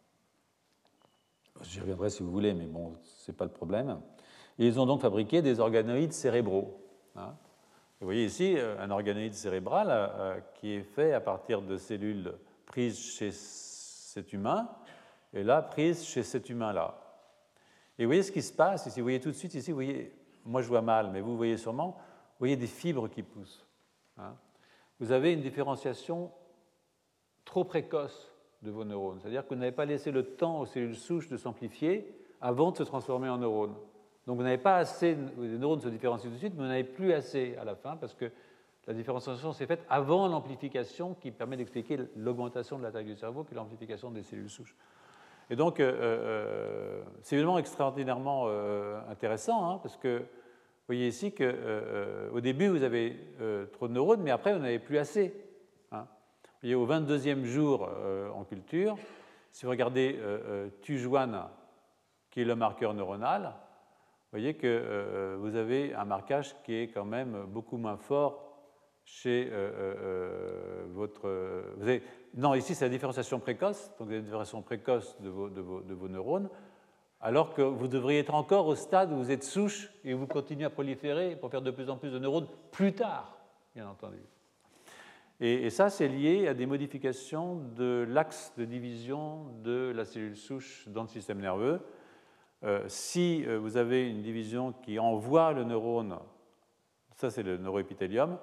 J'y reviendrai si vous voulez, mais bon, ce n'est pas le problème. Et ils ont donc fabriqué des organoïdes cérébraux. Hein. Vous voyez ici un organoïde cérébral qui est fait à partir de cellules prises chez cet humain et là prises chez cet humain-là. Et vous voyez ce qui se passe ici. Vous voyez tout de suite ici, vous voyez, moi je vois mal, mais vous voyez sûrement, vous voyez des fibres qui poussent. Hein. Vous avez une différenciation trop précoce de vos neurones. C'est-à-dire que vous n'avez pas laissé le temps aux cellules souches de s'amplifier avant de se transformer en neurones. Donc vous n'avez pas assez, les neurones se différencient tout de suite, mais vous n'avez plus assez à la fin parce que la différenciation s'est faite avant l'amplification qui permet d'expliquer l'augmentation de la taille du cerveau que l'amplification des cellules souches. Et donc c'est évidemment extraordinairement intéressant hein, parce que vous voyez ici qu'au début vous avez trop de neurones, mais après vous n'avez plus assez. Hein. Vous voyez au 22e jour en culture, si vous regardez TUJ1, qui est le marqueur neuronal, vous voyez que vous avez un marquage qui est quand même beaucoup moins fort chez votre... Non, ici c'est la différenciation précoce, donc la différenciation précoce de vos neurones, alors que vous devriez être encore au stade où vous êtes souche et vous continuez à proliférer pour faire de plus en plus de neurones plus tard, bien entendu. Et ça, c'est lié à des modifications de l'axe de division de la cellule souche dans le système nerveux. Si vous avez une division qui envoie le neurone, ça c'est le neuroépithélium,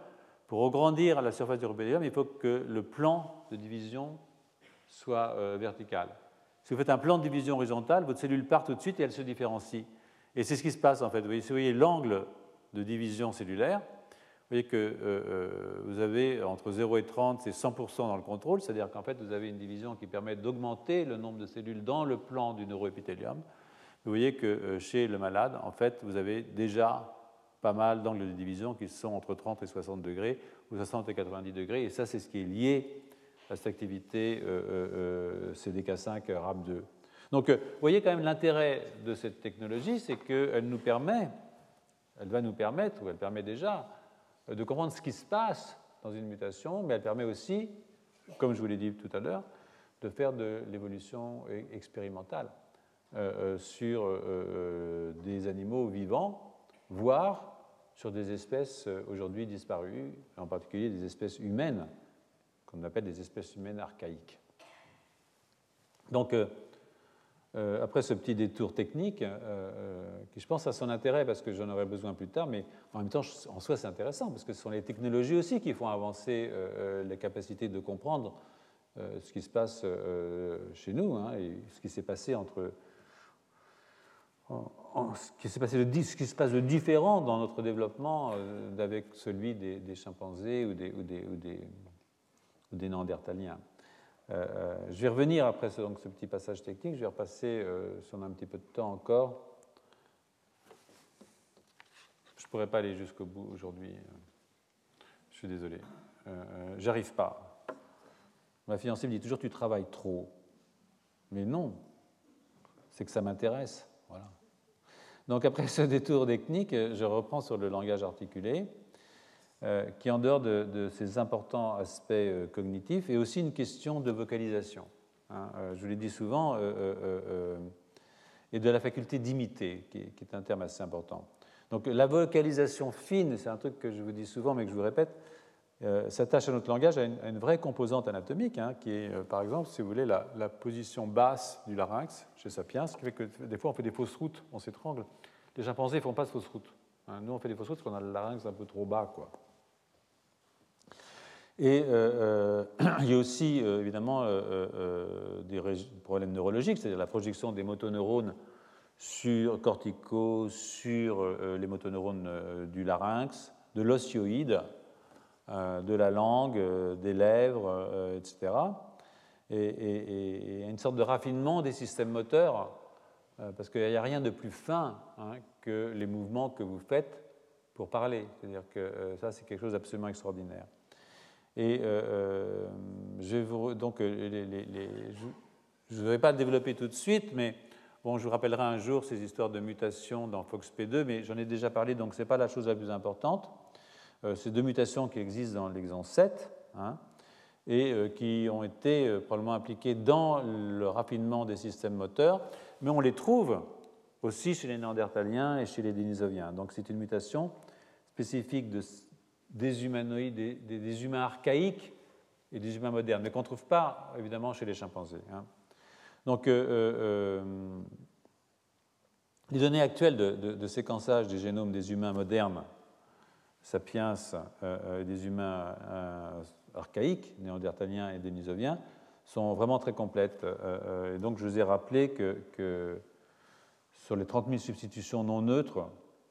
pour agrandir la surface du rhomboïdium, il faut que le plan de division soit vertical. Si vous faites un plan de division horizontale, votre cellule part tout de suite et elle se différencie. Et c'est ce qui se passe en fait. Si vous voyez l'angle de division cellulaire, vous voyez que vous avez entre 0 et 30, c'est 100% dans le contrôle, c'est-à-dire qu'en fait, vous avez une division qui permet d'augmenter le nombre de cellules dans le plan du neuroépithélium. Vous voyez que chez le malade, en fait, vous avez déjà pas mal d'angles de division qui sont entre 30 et 60 degrés, ou 60 et 90 degrés, et ça, c'est ce qui est lié à cette activité CDK5 RAP2. Donc, vous voyez quand même l'intérêt de cette technologie, c'est qu'elle nous permet, elle va nous permettre, ou elle permet déjà, de comprendre ce qui se passe dans une mutation, mais elle permet aussi, comme je vous l'ai dit tout à l'heure, de faire de l'évolution expérimentale sur des animaux vivants, voire sur des espèces aujourd'hui disparues, en particulier des espèces humaines, qu'on appelle des espèces humaines archaïques. Donc, après ce petit détour technique, qui je pense a son intérêt parce que j'en aurai besoin plus tard, mais en même temps, en soi, c'est intéressant parce que ce sont les technologies aussi qui font avancer les capacités de comprendre ce qui se passe chez nous, hein, et ce qui s'est passé ce qui se passe de différent dans notre développement avec celui des chimpanzés ou des néandertaliens. Je vais revenir après ce petit passage technique, je vais repasser, si on a un petit peu de temps encore. Je ne pourrais pas aller jusqu'au bout aujourd'hui, je suis désolé. J'arrive pas. Ma fiancée me dit toujours, tu travailles trop. Mais non, c'est que ça m'intéresse. Voilà. Donc après ce détour technique, je reprends sur le langage articulé, qui, en dehors de ces importants aspects cognitifs, est aussi une question de vocalisation. Hein, je vous l'ai dit souvent, et de la faculté d'imiter, qui est un terme assez important. Donc la vocalisation fine, c'est un truc que je vous dis souvent, mais que je vous répète, s'attache à notre langage à une vraie composante anatomique, hein, qui est, par exemple, si vous voulez, la position basse du larynx chez Sapiens, ce qui fait que des fois on fait des fausses routes, on s'étrangle. Les chimpanzés ne font pas de fausses routes. Hein, nous, on fait des fausses routes parce qu'on a le larynx un peu trop bas, quoi. Et il y a aussi, évidemment, des problèmes neurologiques, c'est-à-dire la projection des motoneurones corticaux sur les motoneurones du larynx, de l'osioïde, de la langue, des lèvres, etc. Et une sorte de raffinement des systèmes moteurs, parce qu'il n'y a rien de plus fin, hein, que les mouvements que vous faites pour parler. C'est-à-dire que ça, c'est quelque chose d'absolument extraordinaire. Et je ne vais pas le développer tout de suite, mais bon, je vous rappellerai un jour ces histoires de mutation dans FOXP2, mais j'en ai déjà parlé, donc ce n'est pas la chose la plus importante. Ces deux mutations qui existent dans l'exon 7, hein, et qui ont été probablement impliquées dans le raffinement des systèmes moteurs, mais on les trouve aussi chez les néandertaliens et chez les dénisoviens. Donc c'est une mutation spécifique des humanoïdes, des humains archaïques et des humains modernes, mais qu'on ne trouve pas évidemment chez les chimpanzés. Hein. Donc les données actuelles de séquençage des génomes des humains modernes, sapiens, des humains archaïques, néandertaliens et dénisoviens, sont vraiment très complètes. Et donc je vous ai rappelé que sur les 30 000 substitutions non neutres,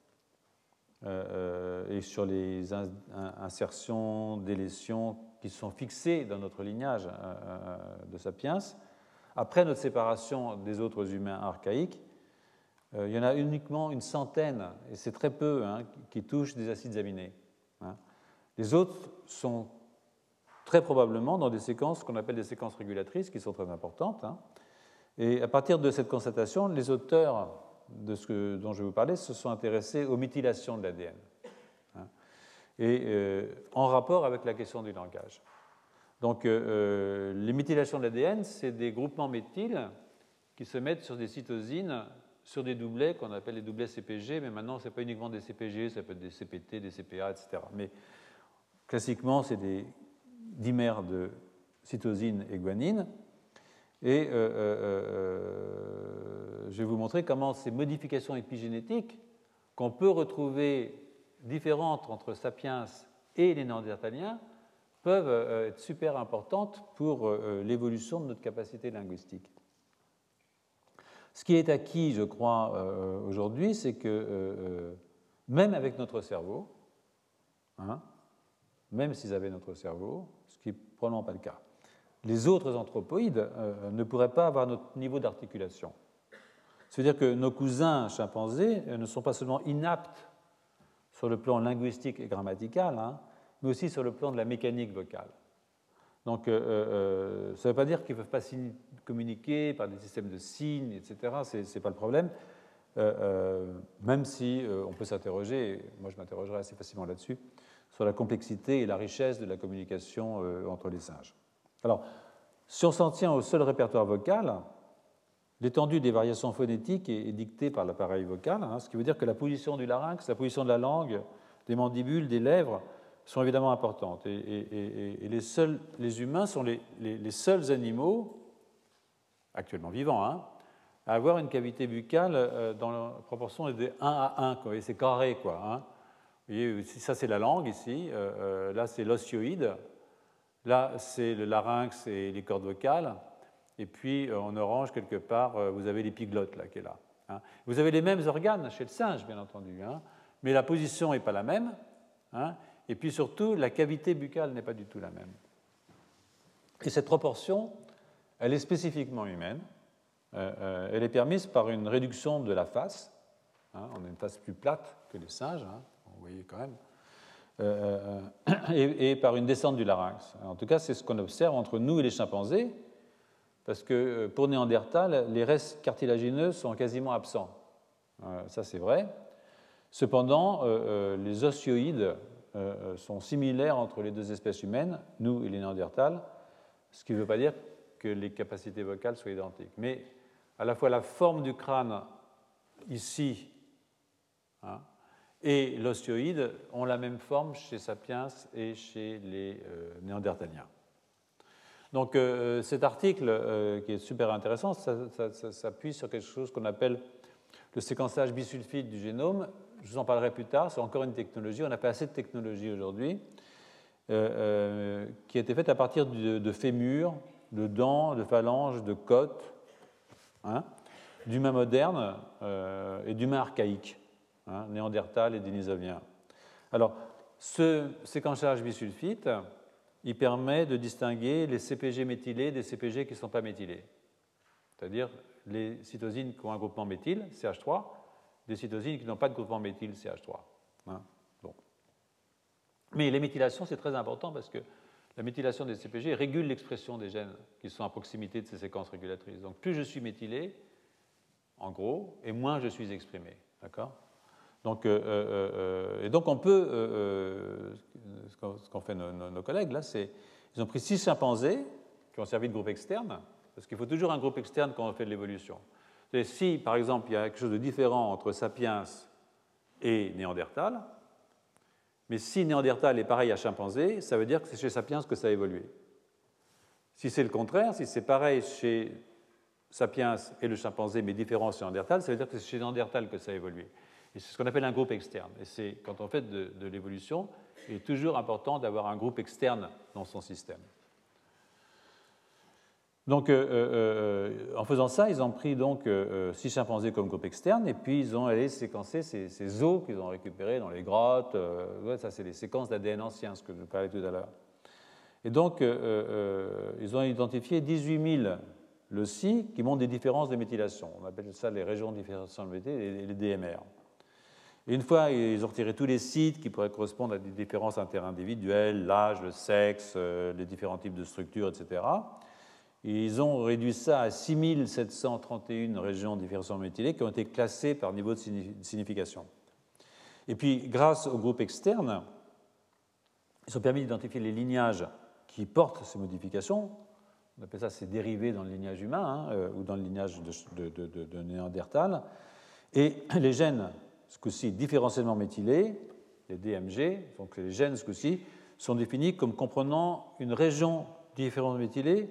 et sur les insertions, délétions qui sont fixées dans notre lignage de sapiens, après notre séparation des autres humains archaïques, il y en a uniquement une centaine, et c'est très peu, hein, qui touchent des acides aminés. Hein. Les autres sont très probablement dans des séquences qu'on appelle des séquences régulatrices, qui sont très importantes. Hein. Et à partir de cette constatation, les auteurs dont je vais vous parler se sont intéressés aux méthylations de l'ADN, hein, et en rapport avec la question du langage. Donc les méthylations de l'ADN, c'est des groupements méthyles qui se mettent sur des cytosines, sur des doublets qu'on appelle les doublets CPG, mais maintenant ce n'est pas uniquement des CPG, ça peut être des CPT, des CPA, etc. Mais classiquement, c'est des dimères de cytosine et guanine. Et je vais vous montrer comment ces modifications épigénétiques qu'on peut retrouver différentes entre sapiens et les néandertaliens peuvent être super importantes pour l'évolution de notre capacité linguistique. Ce qui est acquis, je crois, aujourd'hui, c'est que même avec notre cerveau, hein, même s'ils avaient notre cerveau, ce qui n'est probablement pas le cas, les autres anthropoïdes ne pourraient pas avoir notre niveau d'articulation. C'est-à-dire que nos cousins chimpanzés ne sont pas seulement inaptes sur le plan linguistique et grammatical, hein, mais aussi sur le plan de la mécanique vocale. Donc, ça ne veut pas dire qu'ils ne peuvent pas communiquer par des systèmes de signes, etc. Ce n'est pas le problème, même si on peut s'interroger, et moi je m'interrogerai assez facilement là-dessus, sur la complexité et la richesse de la communication entre les singes. Alors, si on s'en tient au seul répertoire vocal, l'étendue des variations phonétiques est dictée par l'appareil vocal, hein, ce qui veut dire que la position du larynx, la position de la langue, des mandibules, des lèvres, sont évidemment importantes. Et les humains sont les seuls animaux, actuellement vivants, hein, à avoir une cavité buccale dans la proportion de 1 à 1. Quoi. C'est carré, quoi. Hein. Vous voyez, ça, c'est la langue, ici. Là, c'est l'osioïde. Là, c'est le larynx et les cordes vocales. Et puis, en orange, quelque part, vous avez l'épiglotte, là, qui est là. Hein. Vous avez les mêmes organes chez le singe, bien entendu, hein, mais la position n'est pas la même. Hein. Et puis surtout, la cavité buccale n'est pas du tout la même. Et cette proportion, elle est spécifiquement humaine. Elle est permise par une réduction de la face. Hein, on a une face plus plate que les singes, hein, vous voyez quand même. Et par une descente du larynx. En tout cas, c'est ce qu'on observe entre nous et les chimpanzés, parce que pour Néandertal, les restes cartilagineux sont quasiment absents. Ça, c'est vrai. Cependant, les osioïdes sont similaires entre les deux espèces humaines, nous et les Néandertals, ce qui ne veut pas dire que les capacités vocales soient identiques. Mais à la fois la forme du crâne ici, hein, et l'osioïde ont la même forme chez Sapiens et chez les Néandertaliens. Donc cet article, qui est super intéressant, ça s'appuie sur quelque chose qu'on appelle le séquençage bisulfide du génome. Je vous en parlerai plus tard, c'est encore une technologie, on n'a pas assez de technologie aujourd'hui, qui a été faite à partir de fémurs, de dents, de phalanges, de côtes, hein, d'humains modernes et d'humains archaïques, hein, néandertal et dénisovien. Alors, ce séquençage bisulfite, il permet de distinguer les CPG méthylés des CPG qui ne sont pas méthylés, c'est-à-dire les cytosines qui ont un groupement méthyle, CH3, des cytosines qui n'ont pas de groupement méthyle, CH3. Hein, bon. Mais les méthylations, c'est très important parce que la méthylation des CPG régule l'expression des gènes qui sont à proximité de ces séquences régulatrices. Donc plus je suis méthylé, en gros, et moins je suis exprimé. D'accord ? Donc, et donc on peut, ce qu'ont fait nos collègues là, c'est ils ont pris 6 chimpanzés qui ont servi de groupe externe, parce qu'il faut toujours un groupe externe quand on fait de l'évolution. Et si, par exemple, il y a quelque chose de différent entre Sapiens et Néandertal, mais si Néandertal est pareil à chimpanzé, ça veut dire que c'est chez Sapiens que ça a évolué. Si c'est le contraire, si c'est pareil chez Sapiens et le chimpanzé, mais différent chez Néandertal, ça veut dire que c'est chez Néandertal que ça a évolué. Et c'est ce qu'on appelle un groupe externe. Et c'est, quand on fait de l'évolution, il est toujours important d'avoir un groupe externe dans son système. Donc, en faisant ça, ils ont pris donc 6 chimpanzés comme groupe externe, et puis ils ont allé séquencer ces os qu'ils ont récupérés dans les grottes. Ouais, ça, c'est les séquences d'ADN anciens, ce que je parlais tout à l'heure. Et donc, ils ont identifié 18 000 loci qui montrent des différences de méthylation. On appelle ça les régions de différenciation de méthylation, les DMR. Et une fois, ils ont retiré tous les sites qui pourraient correspondre à des différences interindividuelles, l'âge, le sexe, les différents types de structures, etc. Et ils ont réduit ça à 6731 régions de différenciation méthylées qui ont été classées par niveau de signification. Et puis, grâce au groupe externe, ils ont permis d'identifier les lignages qui portent ces modifications. On appelle ça ces dérivés dans le lignage humain, hein, ou dans le lignage de Néandertal. Et les gènes, ce coup-ci, différentiellement méthylés, les DMG, donc les gènes, ce coup-ci, sont définis comme comprenant une région différentiellement méthylée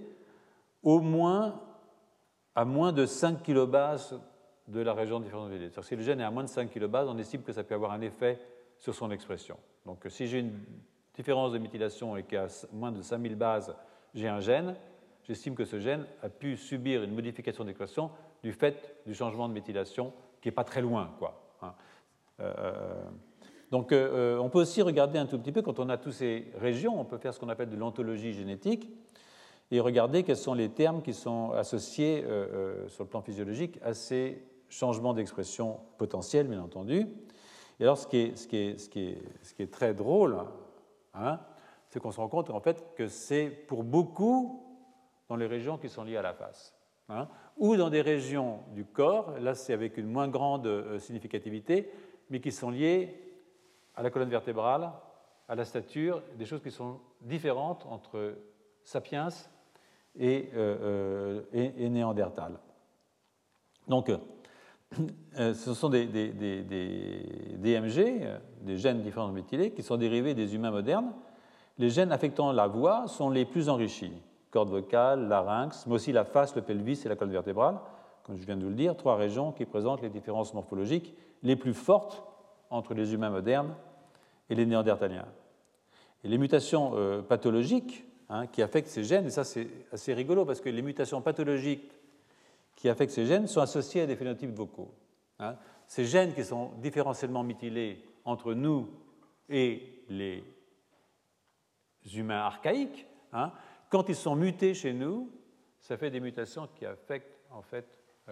à moins de 5 kilobases de la région différentiellement méthylée. C'est-à-dire que si le gène est à moins de 5 kilobases, on estime que ça peut avoir un effet sur son expression. Donc si j'ai différence de méthylation et qu'à moins de 5000 bases, j'ai un gène, j'estime que ce gène a pu subir une modification d'expression du fait du changement de méthylation qui n'est pas très loin, quoi. Donc, on peut aussi regarder un tout petit peu, quand on a toutes ces régions, on peut faire ce qu'on appelle de l'ontologie génétique et regarder quels sont les termes qui sont associés sur le plan physiologique à ces changements d'expression potentiels, bien entendu. Et alors, ce qui est très drôle, c'est qu'on se rend compte en fait que c'est pour beaucoup dans les régions qui sont liées à la face, ou dans des régions du corps, là c'est avec une moins grande significativité, mais qui sont liées à la colonne vertébrale, à la stature, des choses qui sont différentes entre sapiens et Néandertal. Donc, ce sont des DMG, des gènes différents méthylés, qui sont dérivés des humains modernes. Les gènes affectant la voix sont les plus enrichis. Cordes vocales, larynx, mais aussi la face, le pelvis et la colonne vertébrale, comme je viens de vous le dire, 3 régions qui présentent les différences morphologiques les plus fortes entre les humains modernes et les néandertaliens. Et les mutations pathologiques qui affectent ces gènes, et ça c'est assez rigolo parce que les mutations pathologiques qui affectent ces gènes sont associées à des phénotypes vocaux. Ces gènes qui sont différentiellement méthylés entre nous et les humains archaïques, quand ils sont mutés chez nous, ça fait des mutations qui affectent en fait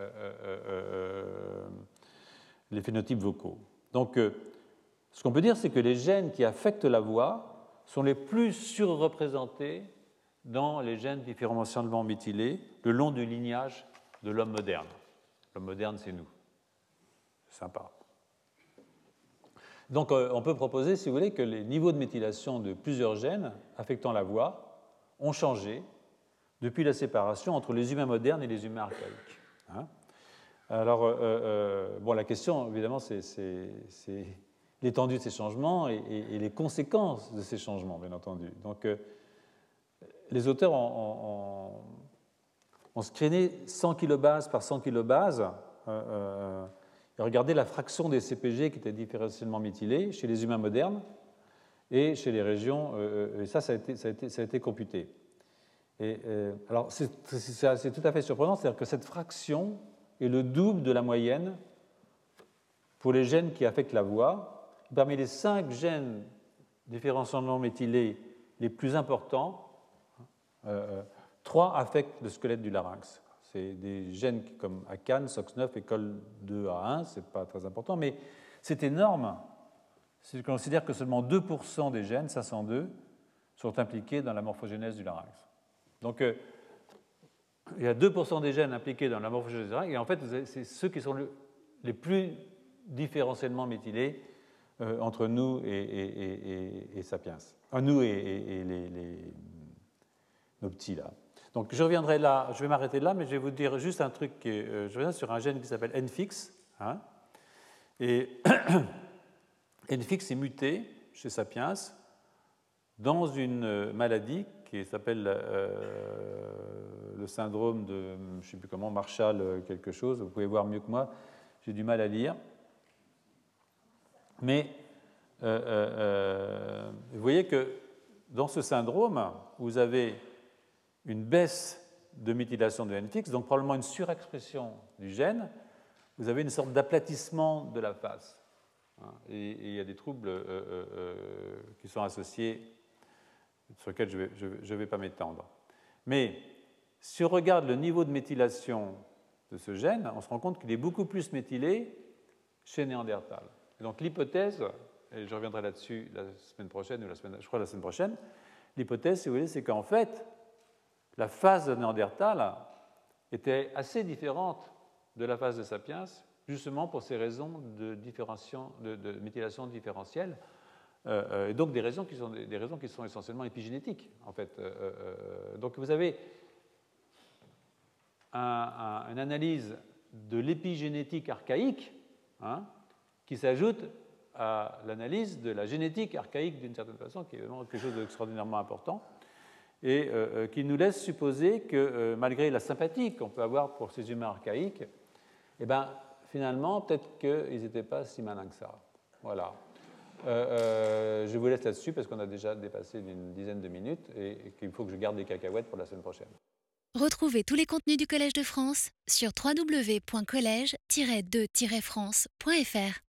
les phénotypes vocaux. Donc, ce qu'on peut dire, c'est que les gènes qui affectent la voix sont les plus surreprésentés dans les gènes différentiellement méthylés le long du lignage de l'homme moderne. L'homme moderne, c'est nous. C'est sympa. Donc, on peut proposer, si vous voulez, que les niveaux de méthylation de plusieurs gènes affectant la voix ont changé depuis la séparation entre les humains modernes et les humains archaïques. Alors, la question, évidemment, c'est l'étendue de ces changements et les conséquences de ces changements, bien entendu. Donc, les auteurs ont screené 100 kilobases par 100 kilobases et regardé la fraction des CPG qui étaient différentiellement méthylés chez les humains modernes et chez les régions, et ça a été computé. Et, alors, c'est tout à fait surprenant, c'est-à-dire que cette fraction est le double de la moyenne pour les gènes qui affectent la voix. Parmi les 5 gènes différentiellement méthylés les plus importants, 3 affectent le squelette du larynx. C'est des gènes comme ACAN, SOX9 et COL2A1, ce n'est pas très important, mais c'est énorme. Je considère que seulement 2% des gènes, 502, sont impliqués dans la morphogénèse du larynx. Donc, il y a 2% des gènes impliqués dans la morphogénèse du larynx, et en fait, c'est ceux qui sont les plus différentiellement méthylés entre nous et sapiens. Nous et nos petits, là. Donc, je reviendrai là, je vais m'arrêter là, mais je vais vous dire juste un truc, je reviens sur un gène qui s'appelle NFIX, et NFIX est muté chez sapiens dans une maladie qui s'appelle le syndrome de, je ne sais plus comment, Marshall quelque chose, vous pouvez voir mieux que moi, j'ai du mal à lire. Mais vous voyez que dans ce syndrome, vous avez une baisse de méthylation de NFIX, donc probablement une surexpression du gène, vous avez une sorte d'aplatissement de la face. Et il y a des troubles qui sont associés, sur lesquels je ne vais pas m'étendre. Mais si on regarde le niveau de méthylation de ce gène, on se rend compte qu'il est beaucoup plus méthylé chez Néandertal. Et donc l'hypothèse, et je reviendrai là-dessus la semaine prochaine, ou la semaine prochaine, l'hypothèse, si vous voulez, c'est qu'en fait, la phase de Néandertal était assez différente de la phase de Sapiens, justement pour ces raisons de méthylation différentielle, et donc des raisons qui sont essentiellement épigénétiques, en fait. Donc vous avez une analyse de l'épigénétique archaïque qui s'ajoute à l'analyse de la génétique archaïque d'une certaine façon, qui est vraiment quelque chose d'extraordinairement important, et qui nous laisse supposer que malgré la sympathie qu'on peut avoir pour ces humains archaïques, eh ben, finalement, peut-être qu'ils n'étaient pas si malins que ça. Voilà. je vous laisse là-dessus parce qu'on a déjà dépassé d'une dizaine de minutes et qu'il faut que je garde des cacahuètes pour la semaine prochaine. Retrouvez tous les contenus du Collège de France sur www.collège-2-france.fr.